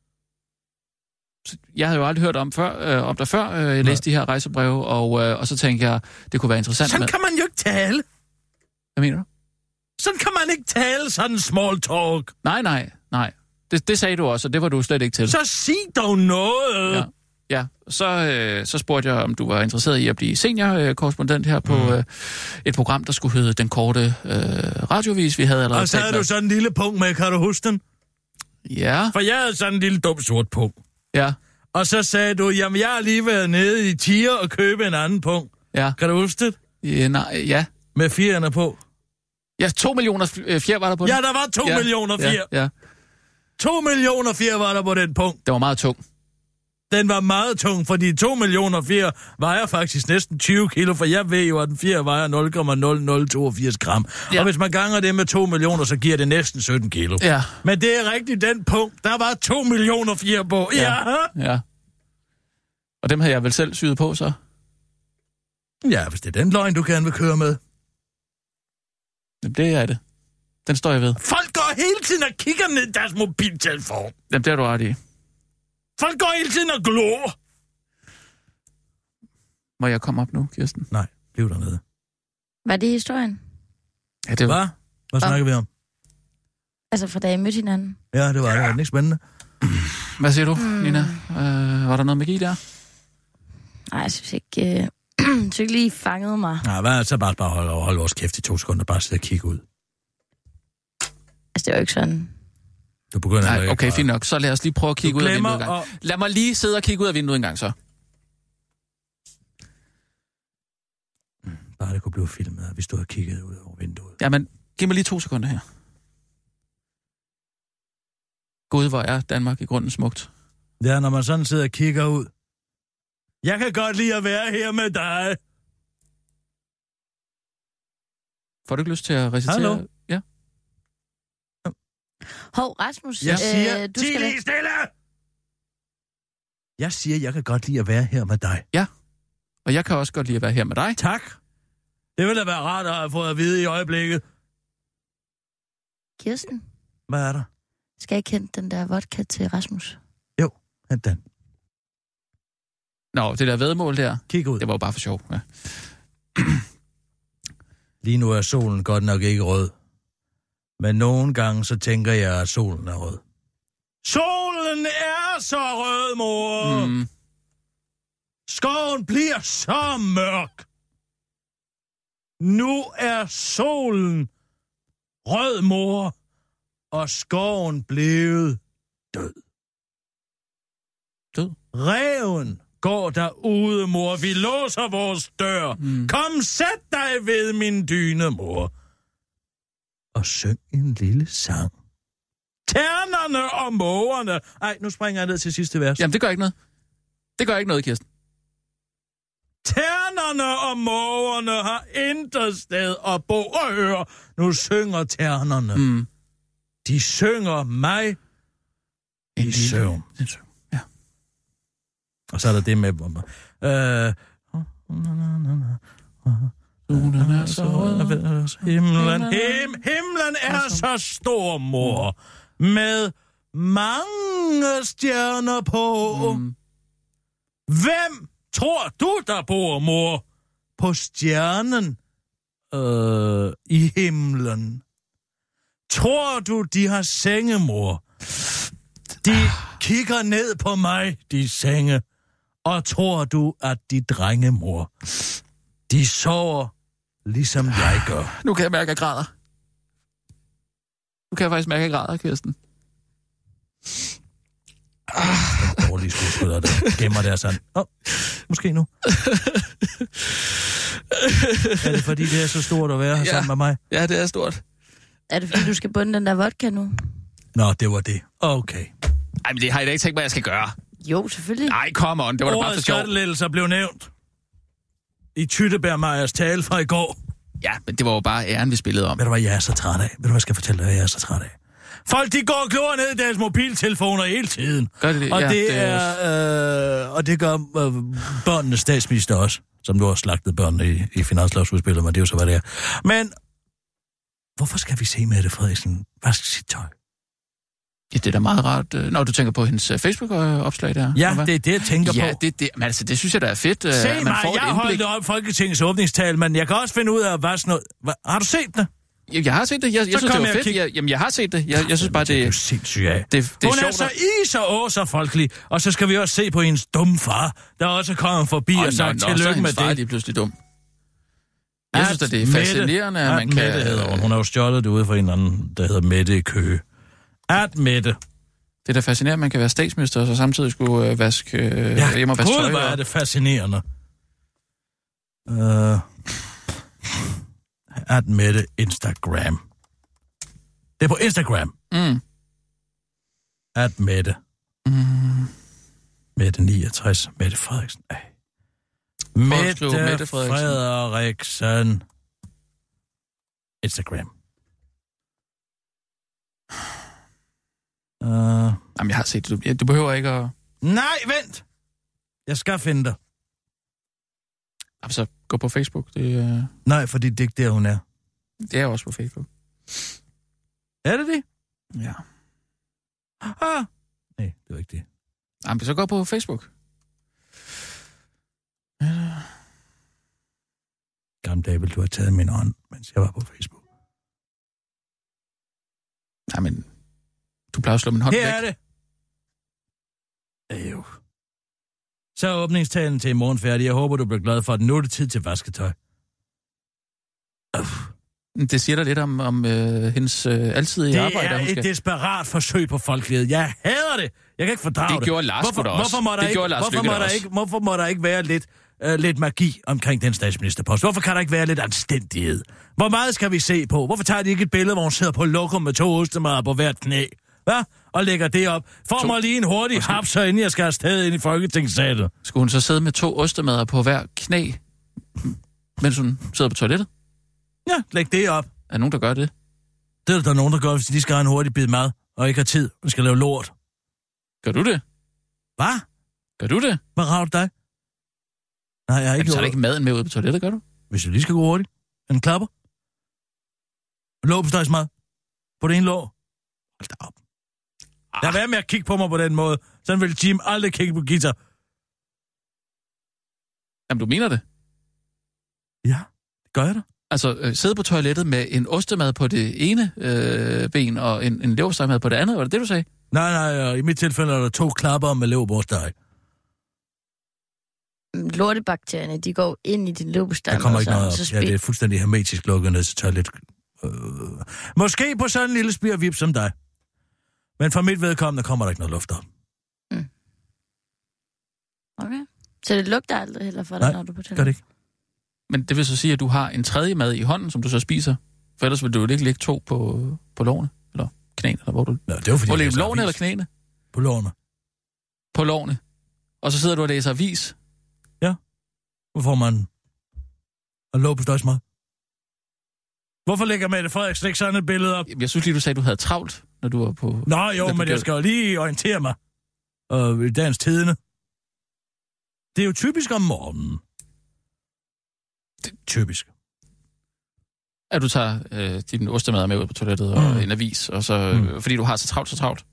Jeg havde jo aldrig hørt om dig før. Jeg læste de her rejsebreve, og så tænkte jeg, det kunne være interessant. Sådan kan man jo ikke tale. Hvad mener du? Sådan kan man ikke tale, sådan small talk. Nej. Det sagde du også, og det var du slet ikke til. Så sig dog noget. Ja. Så spurgte jeg, om du var interesseret i at blive seniorkorrespondent her på et program, der skulle hedde Den Korte Radiovis. Vi havde allerede og så havde du sådan en lille punkt med, kan du huske den? Ja. For jeg havde sådan en lille dum sort punkt. Ja. Og så sagde du, jamen jeg har lige været nede i Tier og købe en anden punkt. Ja. Kan du huske det? Ja. Med 4'erne på. Ja, 2 millioner fjer var der på den. Ja, der var 2 millioner fjer. Ja. 2 millioner fjer var der på den punkt. Det var meget tung. Den var meget tung, fordi 2 millioner fjer vejer faktisk næsten 20 kilo, for jeg ved jo, at en fjer vejer 0,0082 gram. Ja. Og hvis man ganger det med 2 millioner, så giver det næsten 17 kilo. Ja. Men det er rigtigt den punkt. Der var 2 millioner fjer på. Ja. Og dem havde jeg vel selv syet på, så? Ja, hvis det er den løgn, du gerne vil køre med. Jamen, det er det. Den står jeg ved. Folk går hele tiden og kigger ned i deres mobiltelefon. Jamen, det har du ret i. Folk går hele tiden og glor. Må jeg komme op nu, Kirsten? Nej, bliv dernede. Var det historien? Ja, det var. Hvad snakker vi om? Altså, fra da I mødte hinanden? Ja, det var det. Var det ikke spændende? Hvad siger du, Nina? Var der noget magi der? Nej, jeg synes ikke... Så ikke lige fangede mig. Nej, så bare holde vores kæft i 2 sekunder, bare sidde og kigge ud. Altså, det var ikke sådan... Du begynder nej, okay, fint nok. Så lad os lige prøve at kigge ud af vinduet en gang. Lad mig lige sidde og kigge ud af vinduet en gang, så. Bare det kunne blive filmet, at vi stod og kiggede ud over vinduet. Jamen, giv mig lige 2 sekunder her. Gud, hvor er Danmark i grunden smukt. Ja, når man sådan sidder og kigger ud. Jeg kan godt lide at være her med dig. Får du ikke lyst til at recitere? Hallo? Ja. Hov, Rasmus, jeg siger, du skal... lige stille! Jeg siger, jeg kan godt lide at være her med dig. Ja, og jeg kan også godt lide at være her med dig. Tak. Det ville da være rart at have fået at vide i øjeblikket. Kirsten? Hvad er der? Skal jeg ikke hente den der vodka til Rasmus? Jo, hent den. Nå, det der væddemål der. Kig ud. Det var jo bare for sjov. Ja. Lige nu er solen godt nok ikke rød. Men nogle gange så tænker jeg, at solen er rød. Solen er så rød, mor! Mm. Skoven bliver så mørk. Nu er solen rød, mor, og skoven blevet død. Død? Ræven går derude, mor. Vi låser vores dør. Mm. Kom, sæt dig ved min dyne, mor. Og syng en lille sang. Ternerne og mågerne. Ej, nu springer jeg ned til sidste vers. Jamen, det gør ikke noget. Det gør ikke noget, Kirsten. Ternerne og mågerne har intet sted at bo og høre. Nu synger ternerne. Mm. De synger mig i søvn. Ja. Og så er der det med... Solen er så rød. Himlen er så stor, mor. Med mange stjerner på. Mm. Hvem tror du, der bor, mor? På stjernen i himlen. Tror du, de har senge, mor? De kigger ned på mig, de senge. Og tror du, at de drenge, mor, de sover, ligesom jeg gør? Nu kan jeg mærke, at jeg græder. Nu kan jeg faktisk mærke, at jeg græder, Kirsten. Den dårlige skuespiller, der gemmer der sådan. Måske nu. Er det fordi, det er så stort at være her sammen med mig? Ja, det er stort. Er det fordi, du skal bunde den der vodka nu? Nå, det var det. Okay. Ej, men det har jeg da ikke tænkt mig, jeg skal gøre. Jo, selvfølgelig. Nej, come on, det var da bare for sjov. Årets skattelettelser blev nævnt i Tyttebær Meyers tale fra i går. Ja, men det var jo bare æren, vi spillede om. Ved du, hvad jeg er så træt af? Ved du, hvad jeg skal fortælle dig, hvad jeg er så træt af? Folk, de går og glor ned i deres mobiltelefoner hele tiden. Gør det? Og ja, og det gør børnenes statsminister også, som nu har slagtet børnene i finanslovsudspillet, men det er jo så, hvad det er. Men hvorfor skal vi se Mette Frederiksen vaske sit tøj? Ja, det er da meget rart. Når du tænker på hendes Facebook-opslag der. Ja, det er det, jeg tænker på. Ja, men altså, det synes jeg, der er fedt. Se mig, jeg holdt op Folketingets åbningstale, men jeg kan også finde ud af, hvad sådan noget... Har du set det? Jeg har set det. Jeg synes, det var fedt. Jamen, jeg har set det. Jeg synes bare, det er sindssygt af. Det hun er er så folkelig. Og så skal vi også se på hendes dumme far, der også kommer forbi og sagt tillykke med det. Far er lige pludselig dum. Jeg synes, det er fascinerende, at man kan... Hedder hun har jo stjålet det ude for en anden, der hedder Mette i Køge. Mette. Det er da fascinerende, at man kan være statsminister, og så samtidig skulle vaske hjem og vaske tøj. Hvor er det fascinerende. Mette Instagram. Det er på Instagram. Mette. Mette 69. Mette Frederiksen. Mette Frederiksen. Instagram. Jamen, jeg har set det. Du behøver ikke at... Nej, vent! Jeg skal finde dig. Jamen, så gå på Facebook. Nej, fordi det er ikke der, hun er. Det er også på Facebook. Er det det? Ja. Nej, det var ikke det. Jamen, så gå på Facebook. Gamle David, du har taget min hånd, mens jeg var på Facebook. Jamen, du plejer at slå min hånd væk. Her er det. Så er åbningstalen til i morgen færdig. Jeg håber, du bliver glad for, at nu er det tid til vasketøj. Det siger der lidt om hendes altid arbejde. Det er et desperat forsøg på folkelighed. Jeg hader det. Jeg kan ikke fordrage det. Det gjorde Lars også. Hvorfor må der ikke være lidt magi omkring den statsministerpost? Hvorfor kan der ikke være lidt anstændighed? Hvor meget skal vi se på? Hvorfor tager de ikke et billede, hvor hun sidder på lokum med 2 ostemader på hvert knæ? Hvad? Og lægger det op. Får mig lige en hurtig hapser, inden jeg skal afsted ind i Folketingssalen. Skulle hun så sidde med 2 ostemader på hver knæ, mens hun sidder på toilettet? Ja, læg det op. Er der nogen, der gør det? Det er der nogen, der gør, hvis de skal have en hurtig bid mad, og ikke har tid, og skal lave lort. Gør du det? Hvad? Gør du det? Hvad rager dig? Nej, jeg har ikke. Så er der ikke maden med ud på toilettet, gør du? Hvis du lige skal gå hurtigt. En klapper. Låg på stegsmad. På det ene låg. Hold da op. Lad være med at kigge på mig på den måde. Sådan vil Jim aldrig kigge på Gita. Jamen, du mener det? Ja, det gør jeg da. Altså, sidde på toilettet med en ostemad på det ene ben, og en leverpostejmad på det andet, var det det, du sagde? Nej, i mit tilfælde er der 2 klapper med leverpostej. Lortebakterierne, de går ind i din leverpostej. Der kommer ikke noget op. Ja, det er fuldstændig hermetisk lukket ned til toilet. Måske på sådan en lille spirvip som dig. Men for mit vedkommende kommer der ikke noget luft op. Okay. Så det lugter aldrig heller for dig, når du på toilettet? Nej, gør det ikke. Men det vil så sige, at du har en tredje mad i hånden, som du så spiser. For ellers vil du jo ikke lægge 2 på lårene, eller knæene, eller hvor du... Nå, det var fordi, hvor lægger du lårene eller knæene? På lårene. På lårene. Og så sidder du og læser avis. Ja. Hvorfor man... Og lå på støjsmad. Hvorfor lægger Mette Frederiksen ikke sådan et billede op? Jeg synes lige, du sagde, at du havde travlt, når du var på... Nå jo, men jeg skal jo lige orientere mig. Og dagens tidene. Det er jo typisk om morgenen. Typisk. At du tager din ostemad med ud på toilettet og en avis, og så, fordi du har så travlt.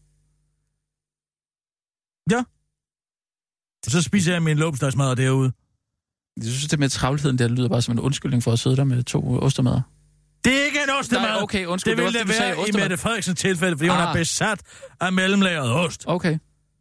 Ja. Og så spiser jeg min låbstegsmad derude. Jeg synes, det med travlheden, der lyder bare som en undskyldning for at sidde der med 2 ostemader. Det er ikke en ostemad. Nej, okay, undskyld. Det ville det være i Mette Frederiksens tilfælde, fordi hun er besat af mellemlagret ost. Okay.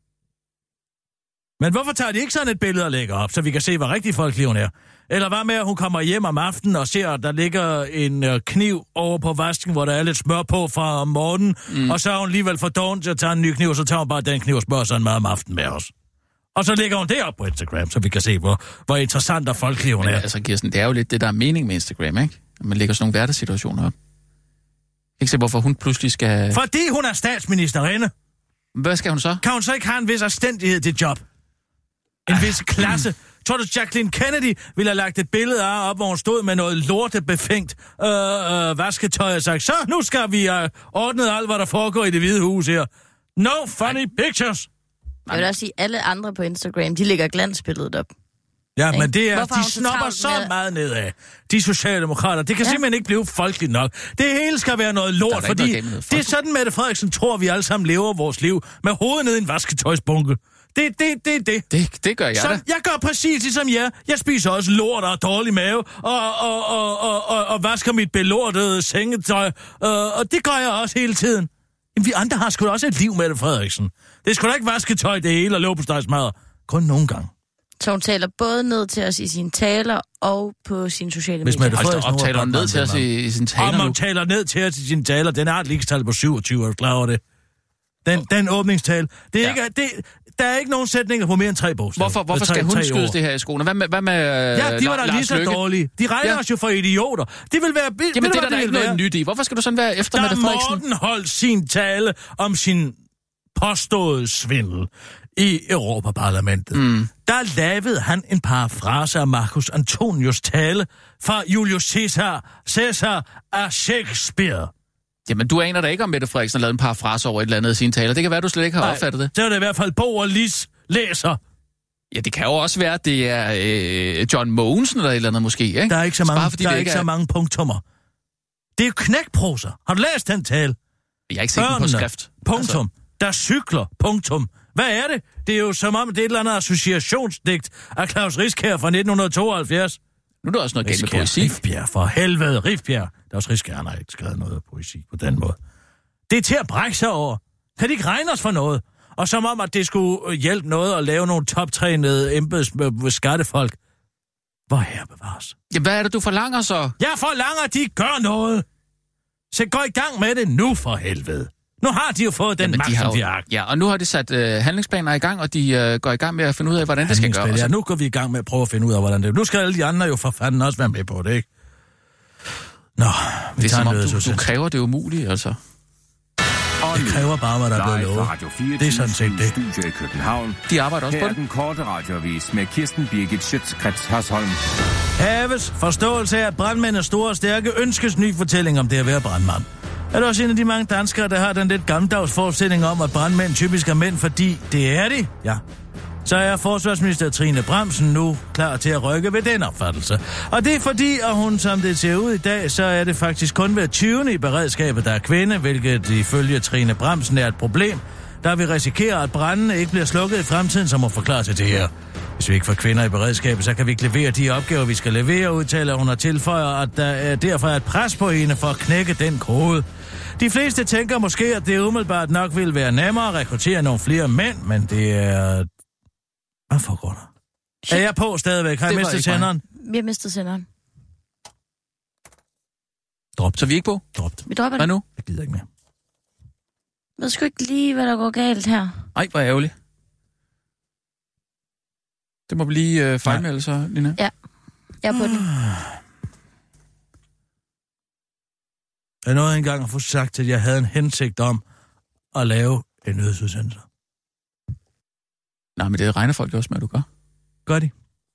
Men hvorfor tager de ikke sådan et billede og lægger op, så vi kan se, hvor rigtig folkelig hun er? Eller hvad med, at hun kommer hjem om aftenen og ser, at der ligger en kniv over på vasken, hvor der er lidt smør på fra morgenen, og så er hun alligevel for doven til at tage en ny kniv, og så tager hun bare den kniv og spørger sig en meget om aftenen med os. Og så lægger hun det op på Instagram, så vi kan se, hvor interessant og folkelig hun er. Altså, Kirsten, det er jo lidt det, der er mening med Instagram, ikke? At man lægger sådan nogle hverdagssituationer op. Ikke se, hvorfor hun pludselig skal... Fordi hun er statsministerinde. Hvad skal hun så? Kan hun så ikke have en vis anstændighed til job? En vis klasse Tror du, Jacqueline Kennedy ville have lagt et billede af op, hvor hun stod med noget lortebefængt vasketøj og sagt, så nu skal vi ordne alt, hvad der foregår i Det Hvide Hus her. No funny pictures. Jeg vil også sige, at alle andre på Instagram, de lægger glansbilledet op. Ja, men det er, de snopper så meget nedad. De socialdemokrater, det kan simpelthen ikke blive folkeligt nok. Det hele skal være noget lort, fordi det er sådan, Mette Frederiksen tror, vi alle sammen lever vores liv med hovedet ned i en vasketøjsbunke. Det gør jeg da. Jeg gør præcis ligesom jer. Jeg spiser også lort og dårlig mave, og vasker mit belortede sengetøj, og det gør jeg også hele tiden. Jamen, vi andre har sgu da også et liv, Mette Frederiksen. Det er sgu da ikke vasketøj, det hele, og leverpostejsmadder. Kun nogle gange. Så hun taler både ned til os i sine taler og på sine sociale medier. Hvis Mette Frederiksen taler ned til os i sine taler. Om hun taler ned til os i sine taler, den har et ligestal på 27, er du klar over det? Den åbningstale. Det er ikke, der er ikke nogen sætninger på mere end 3 bogstaver. Hvorfor skal hun skydes det her i skolen? Hvad med ja, de var da lige så dårlige. De regner os jo for idioter. Det vil være... Jamen, det er der ikke noget nyt i. Hvorfor skal du sådan være efter Mette Frederiksen? Da Morten holdt sin tale om sin påståede svindel i Europaparlamentet, der lavede han en parafrase af Marcus Antonius tale fra Julius Caesar af Shakespeare. Jamen, du aner da ikke, om Mette Frederiksen har lavet en parafrase over et eller andet af sine taler. Det kan være, du slet ikke har opfattet det. Så er det i hvert fald Bo og Lis læser. Ja, det kan jo også være, at det er John Mogensen eller et eller andet måske, ikke? Der er ikke så mange, så mange punktummer. Det er jo knækproser. Har du læst den tale? Jeg har ikke set den på skrift. Punktum. Altså. Der cykler. Punktum. Hvad er det? Det er jo som om, det er et eller andet associationsdigt af Claus Riskær fra 1972. Nu er der også noget galt med poesi. Rifbjerg, for helvede. Rifbjerg. Der er også Riskær, han har ikke skrevet noget poesi på den måde. Det er til at brække sig over. Kan de ikke regne os for noget? Og som om, at det skulle hjælpe noget at lave nogle toptrænede skattefolk. Hvor her bevares? Jamen, hvad er det, du forlanger så? Jeg forlanger, at de gør noget. Så gå i gang med det nu, for helvede. Nu har de jo fået den magt, som de har. Ja, og nu har de sat handlingsplaner i gang, og de går i gang med at finde ud af, hvordan det skal gøres. Ja, nu går vi i gang med at prøve at finde ud af, hvordan det. Nu skal alle de andre jo for fanden også være med på det, ikke? Nå, vi det er tager som om, du kræver det umuligt, altså. Det kræver bare, hvad der bliver lovet. Det er sådan set det. Studio i København. De arbejder også her på det. Den korte radioavis med Kirsten Birgit Schøtz-Krets Hasholm. Haves forståelse af brandmænds store og stærke ønskes ny fortælling om det at være brandmand. Er du også en af de mange danskere, der har den lidt gammeldags forestilling om, at brandmænd typisk er mænd, fordi det er de? Ja. Så er forsvarsminister Trine Bramsen nu klar til at rykke ved den opfattelse. Og det er fordi, at hun, som det ser ud i dag, så er det faktisk kun hver 20. i beredskabet, der er kvinde, hvilket ifølge Trine Bramsen er et problem, der vi risikerer, at brandene ikke bliver slukket i fremtiden, som må forklare til det her. Hvis vi ikke får kvinder i beredskabet, så kan vi ikke levere de opgaver, vi skal levere, udtaler hun og tilføjer, at der derfor er et pres på hende for at knække den kode. De fleste tænker måske, at det umiddelbart nok vil være nemmere at rekruttere nogle flere mænd, men det er... Hvad foregår der? Er jeg på stadigvæk? Har jeg mistet senderen? Vi har mistet senderen. Drop. Så vi er ikke på? Drop. Vi dropper det. Hvad nu? Jeg gider ikke mere. Jeg ved sgu ikke lige, hvad der går galt her. Ej, hvor ærgerligt. Det må blive fejlmelde så, Lina. Ja, jeg er på den. Jeg nåede engang at få sagt, at jeg havde en hensigt om at lave en nødsudsendelse. Nej, men det regner folk jo også med, at du gør. Gør de?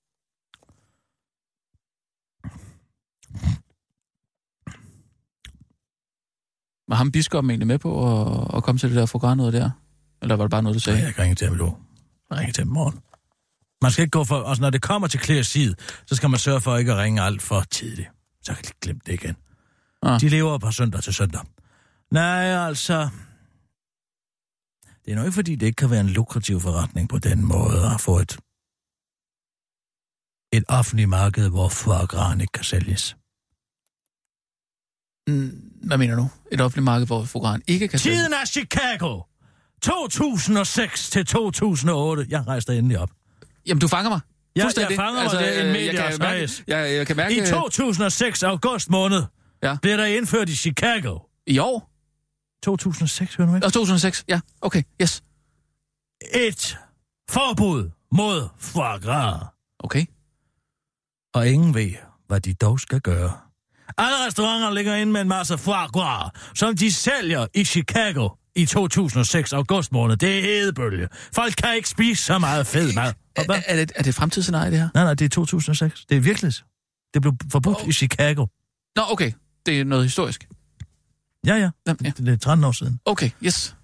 Var ham biskoppen egentlig med på at komme til det der program noget der? Eller var det bare noget, du sagde? Nej, jeg kan ringe til ham nu. Jeg ringer til ham i morgen. Man skal ikke gå for... Altså, når det kommer til Claires side, så skal man sørge for ikke at ringe alt for tidligt. Så kan de glemme det igen. Ah. De lever på søndag til søndag. Nej, altså... Det er nok ikke, fordi det ikke kan være en lukrativ forretning på den måde at få et offentligt marked, hvor foie gras ikke kan sælges. Hvad mener du? Et offentligt marked, hvor foie gras ikke kan sælges? Tiden er Chicago! 2006 til 2008. Jeg rejste endelig op. Jamen, du fanger mig. Jeg fanger mig, det er en medie. Jeg kan mærke... I 2006, august måned, blev der indført i Chicago. I år? 2006, hører du ikke? 2006, ja. Okay, yes. Et forbud mod foie gras. Okay. Og ingen ved, hvad de dog skal gøre. Alle restauranter ligger inde med en masse foie gras, som de sælger i Chicago i 2006 august måned. Det er hedebølge. Folk kan ikke spise så meget fed mad. Er det et fremtidsscenarie, det her? Nej, det er 2006. Det er virkelig. Det blev forbudt i Chicago. Nå, okay. Det er noget historisk. Ja. Det er 13 år siden. Okay, yes.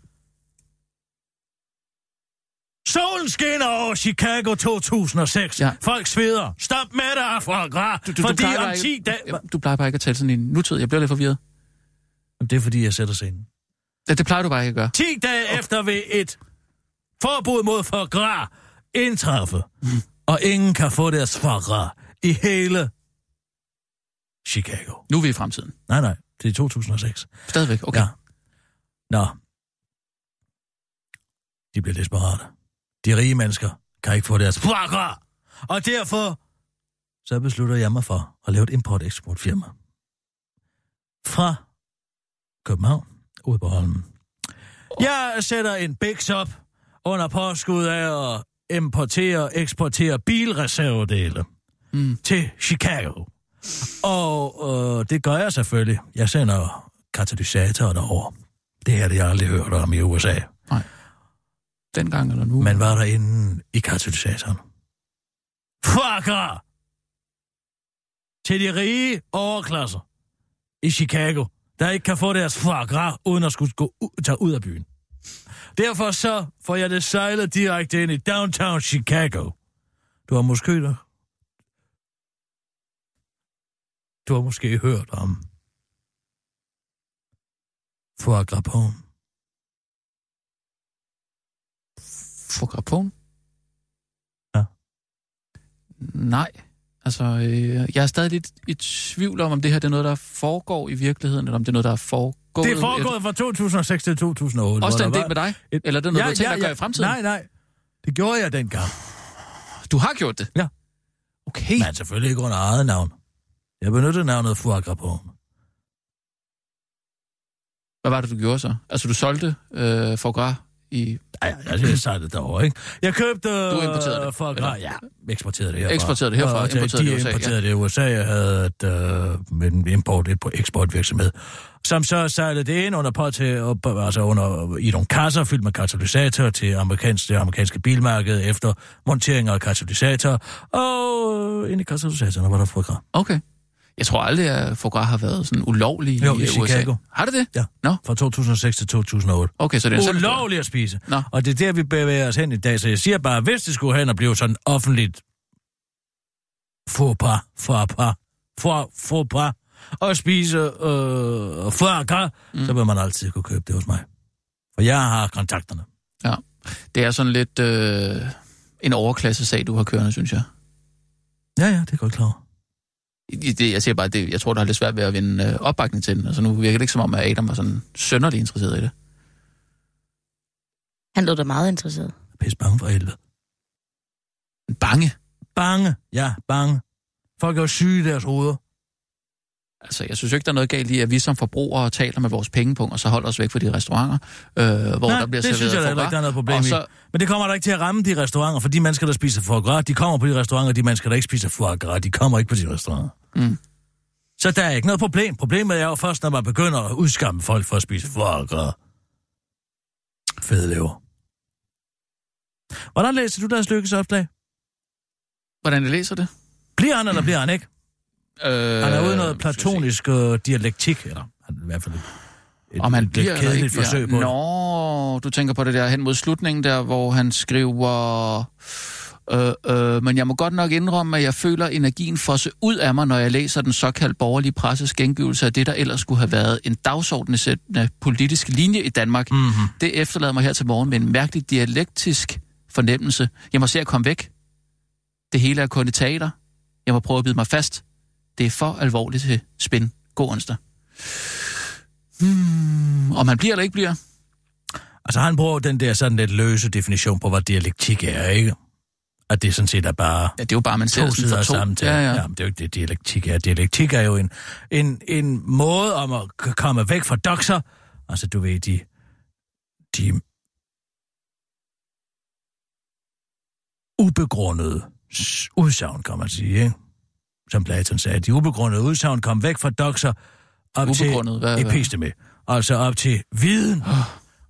Solen skinner over Chicago 2006. Ja. Folk sveder. Stop med det, fordi om 10 dage... Du plejer bare ikke at tale sådan i nutid. Jeg bliver lidt forvirret. Det er fordi, jeg sætter scenen. Det plejer du bare ikke at gøre. 10 dage efter vil et forbud mod foie gras indtræffe. Og ingen kan få deres foie gras i hele Chicago. Nu er vi i fremtiden. Nej. Det er 2006. Stadigvæk, okay. Ja. Nå. De bliver desperate. De rige mennesker kan ikke få deres foie gras. Og derfor så beslutter jeg mig for at lave et import-eksport-firma. Fra København, ude på Holmen. Jeg sætter en biks op under påskud af at importere og eksportere bilreservedele til Chicago. Og det gør jeg selvfølgelig. Jeg sender katalysatorer derover. Det har jeg aldrig hørt om i USA. Nej. Dengang eller nu? Man var derinde i katalysatoren. Fucker! Til de rige overklasser i Chicago, der ikke kan få deres foie gras, uden at skulle tage ud af byen. Derfor så får jeg det sejlet direkte ind i downtown Chicago. Du har måske hørt om foie gras. Foie gras? Ja. Nej. Altså, jeg er stadig lidt i tvivl om det her det er noget, der foregår i virkeligheden, eller om det er noget, der er foregået... Det er foregået fra 2006 til 2008. Også den del med dig? Eller er det noget, du tænker at gøre i fremtiden? Nej. Det gjorde jeg dengang. Du har gjort det? Ja. Okay. Men selvfølgelig ikke under eget navn. Jeg benyttede navnet foie gras. Hvad var det, du gjorde så? Altså, du solgte foie gras i... Ja, jeg sagde det derovre, ikke? Jeg købte... Du importerede det? Foie gras, ja. Eksporterede det herfra. Eksporterede det herfra? Importerede det i USA. Jeg havde en eksportvirksomhed, som så sejlede det ind i nogle kasser fyldt med katalysatorer til det amerikanske bilmarked efter montering af katalysatorer. Og inde i katalysatorerne var der foie gras. Okay. Jeg tror aldrig, at foie gras har været sådan ulovlig i USA. Chicago. Har det det? Ja, fra 2006 til 2008. Okay, så det er ulovligt at spise. Nå. Og det er der, vi bevæger os hen i dag. Så jeg siger bare, hvis det skulle hen og blive sådan offentligt faux pas, og spise foie gras, så vil man altid kunne købe det hos mig. For jeg har kontakterne. Ja, det er sådan lidt en overklasse-sag, du har kørende, synes jeg. Ja, det er godt klar. Jeg siger bare, jeg tror, der er lidt svært ved at vinde opbakning til den. Altså nu virker det ikke som om, at Adam var sådan sønderlig interesseret i det. Han lød da meget interesseret. Pisse bange for helvede. Bange? Bange, ja, bange. Folk er jo syge i deres hoveder. Altså, jeg synes ikke, der er noget galt i, at vi som forbrugere taler med vores pengepunkt, og så holder os væk fra de restauranter, hvor der bliver serveret foie gras. Det synes jeg ikke, der er noget problem i. Men det kommer der ikke til at ramme de restauranter, for de mennesker, der spiser foie gras, de kommer på de restauranter, de mennesker, der ikke spiser foie gras, de kommer ikke på de restauranter. Så der er ikke noget problem. Problemet er jo først, når man begynder at udskamme folk for at spise foie gras. Fede lever. Hvordan læser du deres lykkesopslag? Hvordan jeg læser det? Bliver han, eller bliver han ikke? Han er ude i noget platonisk dialektik, eller i hvert fald om han bliver lidt kedeligt forsøg på det. Du tænker på det der hen mod slutningen der, hvor han skriver... men jeg må godt nok indrømme, at jeg føler energien fosse ud af mig, når jeg læser den såkaldte borgerlige presses gengivelse af det, der ellers skulle have været en dagsordensættende politisk linje i Danmark. Mm-hmm. Det efterlader mig her til morgen med en mærkelig dialektisk fornemmelse. Jeg må se at komme væk. Det hele er kun et teater. Jeg må prøve at bide mig fast. Det er for alvorligt til spin. God onsdag. Om han bliver eller ikke bliver? Altså han bruger den der sådan lidt løse definition på, hvad dialektik er, ikke? At det sådan set er bare... Ja, det er jo bare, man ser det for to. Samtale. Ja. Jamen, det er jo ikke det, dialektik er. Dialektik er jo en måde om at komme væk fra dokser. Altså, du ved, de ubegrundede udsagn, kan man sige, ikke? Som Platon sagde, de ubegrundede udsagn kom væk fra dokser op til episteme. Altså op til viden.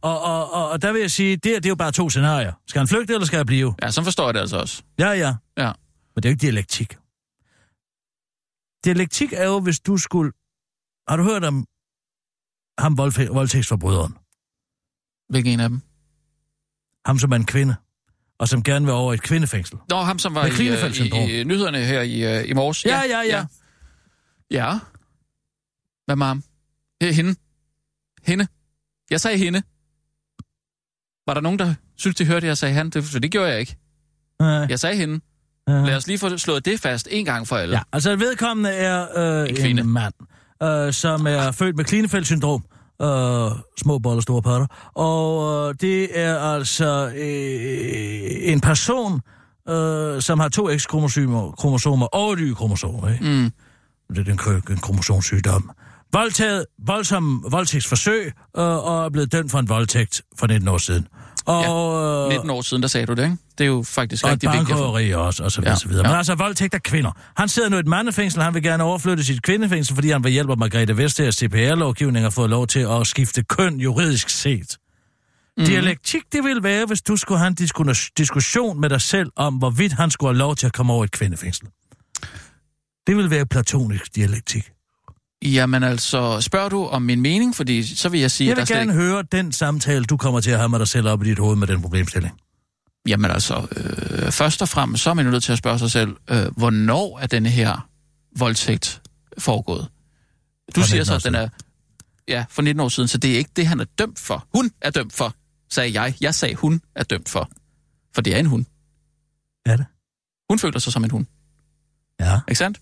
Og der vil jeg sige, det er jo bare 2 scenarier. Skal han flygte, eller skal han blive? Ja, så forstår jeg det altså også. Ja. Ja. Men det er jo ikke dialektik. Dialektik er jo, hvis du skulle... Har du hørt om ham voldtægtsforbryderen? Hvilken en af dem? Ham, som er en kvinde, og som gerne vil over et kvindefængsel. Nå, ham, som var i nyhederne her i morges. Ja. Ja. Hvad med ham? Hende. Jeg sagde hende. Var der nogen, der synes, de hørte, jeg sagde han? Det gjorde jeg ikke. Jeg sagde hende. Lad os lige få slået det fast en gang for alle. Ja, altså vedkommende er en mand, som er født med Klinefeldt-syndrom. Små boller, store potter. Og det er altså en person, som har 2 X-kromosomer og et Y-kromosom. Det er en kromosomsygdom. Voldsom voldtægtsforsøg, og er blevet dømt for en voldtægt for 19 år siden. Og, 19 år siden, der sagde du det, ikke? Det er jo faktisk rigtig vigtigt. Og bankrøveri også, og så videre, så videre. Men altså, voldtægt af kvinder. Han sidder nu i et mandefængsel, han vil gerne overflytte sit kvindefængsel, fordi han ved hjælp af Margrethe Vestagers CPR-lovgivning har fået lov til at skifte køn juridisk set. Dialektik, det vil være, hvis du skulle have en diskussion med dig selv om, hvorvidt han skulle have lov til at komme over et kvindefængsel. Det vil være platonisk dialektik. Jamen altså, spørger du om min mening, fordi så vil jeg sige... Jeg vil gerne høre den samtale, du kommer til at have med dig selv op i dit hoved med den problemstilling. Jamen altså, først og fremmest, så er man jo nødt til at spørge sig selv, hvornår er denne her voldtægt foregået? Du siger så, at den er for 19 år siden, så det er ikke det, han er dømt for. Hun er dømt for, sagde jeg. Jeg sagde, hun er dømt for. For det er en hun. Er det? Hun føler sig som en hun. Ja. Ikke sandt?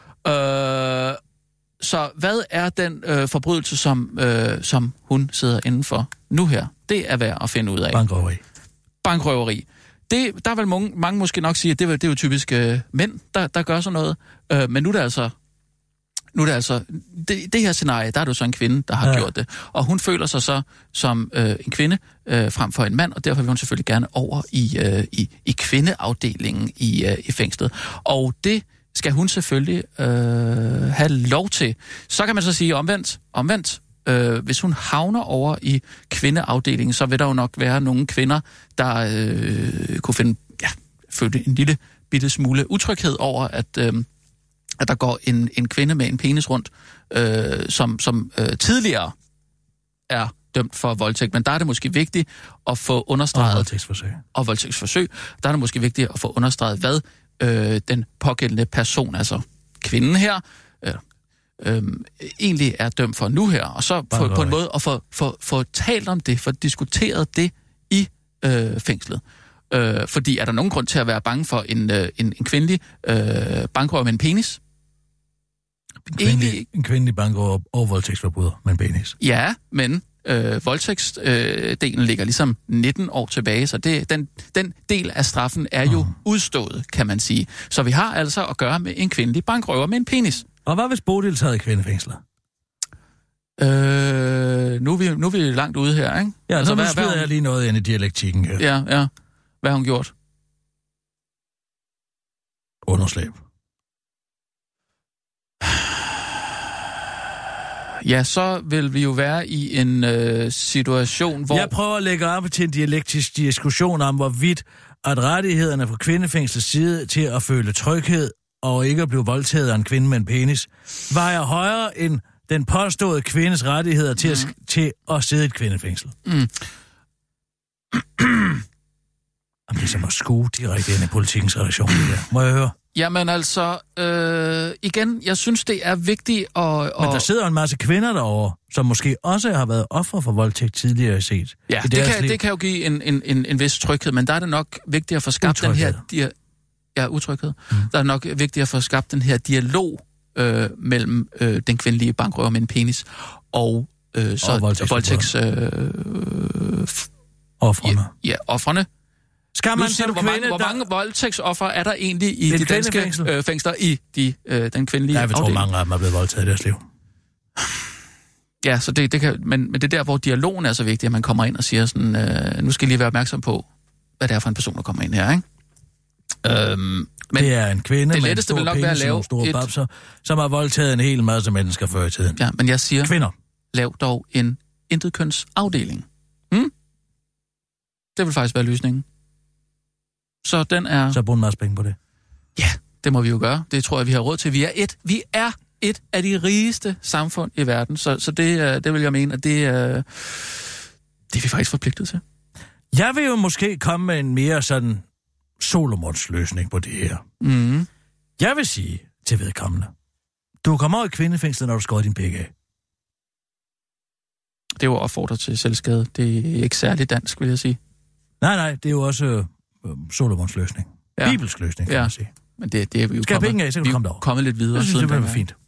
Så hvad er den forbrydelse, som hun sidder inden for nu her? Det er værd at finde ud af. Bankrøveri. Der vil mange måske nok sige, at det er jo typisk mænd, der gør sådan noget. Men nu er det altså det her scenarie, der er det jo så en kvinde, der har gjort det. Og hun føler sig så som en kvinde frem for en mand, og derfor vil hun selvfølgelig gerne over i kvindeafdelingen i fængslet. Og det skal hun selvfølgelig have lov til. Så kan man så sige omvendt. Hvis hun havner over i kvindeafdelingen, så vil der jo nok være nogle kvinder, der kunne føle en lille bitte smule utryghed over, at der går en kvinde med en penis rundt, som tidligere er dømt for voldtægt. Men der er det måske vigtigt at få understreget... Og voldtægtsforsøg. Der er det måske vigtigt at få understreget, hvad den pågældende person, altså kvinden her, egentlig er dømt for nu her. Og så på en måde at få talt om det, få diskuteret det i fængslet. Fordi er der nogen grund til at være bange for en kvindelig bankrøver med en penis? En kvindelig bankrøver og voldtægtsforbryder med en penis. Ja, men voldtægtsdelen ligger ligesom 19 år tilbage, så den del af straffen er jo udstået, kan man sige. Så vi har altså at gøre med en kvindelig bankrøver med en penis. Og hvad hvis Bodil sad i kvindefængsler? Nu er vi langt ude her, ikke? Ja, altså, nu smider jeg lige noget ind i dialektikken her. Ja. Hvad har hun gjort? Underslæb. Ja, så vil vi jo være i en situation, hvor... Jeg prøver at lægge op til en dialektisk diskussion om, hvorvidt at rettighederne på kvindefængslets side til at føle tryghed og ikke at blive voldtaget af en kvinde med en penis, vejer højere end den påståede kvindes rettigheder til at sidde i et kvindefængsel. Det er som at skue direkte ind i politikens relation. Må jeg høre? Jamen altså, igen, jeg synes, det er vigtigt at... Men der sidder en masse kvinder derovre, som måske også har været ofre for voldtægt tidligere set. Ja, det kan jo give en vis tryghed, men der er det nok vigtigt at få skabt utryghed. Den her... utryghed. Der er nok vigtigt at få skabt den her dialog mellem den kvindelige bankrøver med en penis og voldtægts... Offrene. Ja, offrene. Skal man som kvinde... Hvor mange voldtægtsoffer er der egentlig i de danske fængsler i den kvindelige afdeling? Jeg tror, mange af dem er blevet voldtaget i deres liv. Ja, så det kan... Men det er der, hvor dialogen er så vigtig, at man kommer ind og siger sådan, nu skal I lige være opmærksom på, hvad det er for en person, der kommer ind her, ikke? Men det er en kvinde det med en stor penis og nogle store babser, som har voldtaget en hel masse mennesker før i tiden. Ja, men jeg siger... Kvinder. Lav dog en intetkønsafdeling. Det vil faktisk være løsningen. Så den er... Så bruger en masse penge på det. Ja, det må vi jo gøre. Det tror jeg, vi har råd til. Vi er et af de rigeste samfund i verden, så det vil jeg mene, at det er vi faktisk forpligtet til. Jeg vil jo måske komme med en mere sådan Solomons løsning på det her. Mm. Jeg vil sige til vedkommende, du kommer ud i kvindefængslet, når du skårer din pæk af. Det er jo opfordret til selvskade. Det er ikke særligt dansk, vil jeg sige. Nej, det er jo også Solomons løsning. Ja. Bibelsk løsning, kan man sige. Men det er vi jo kommet lidt videre. Det synes jeg, det var fint.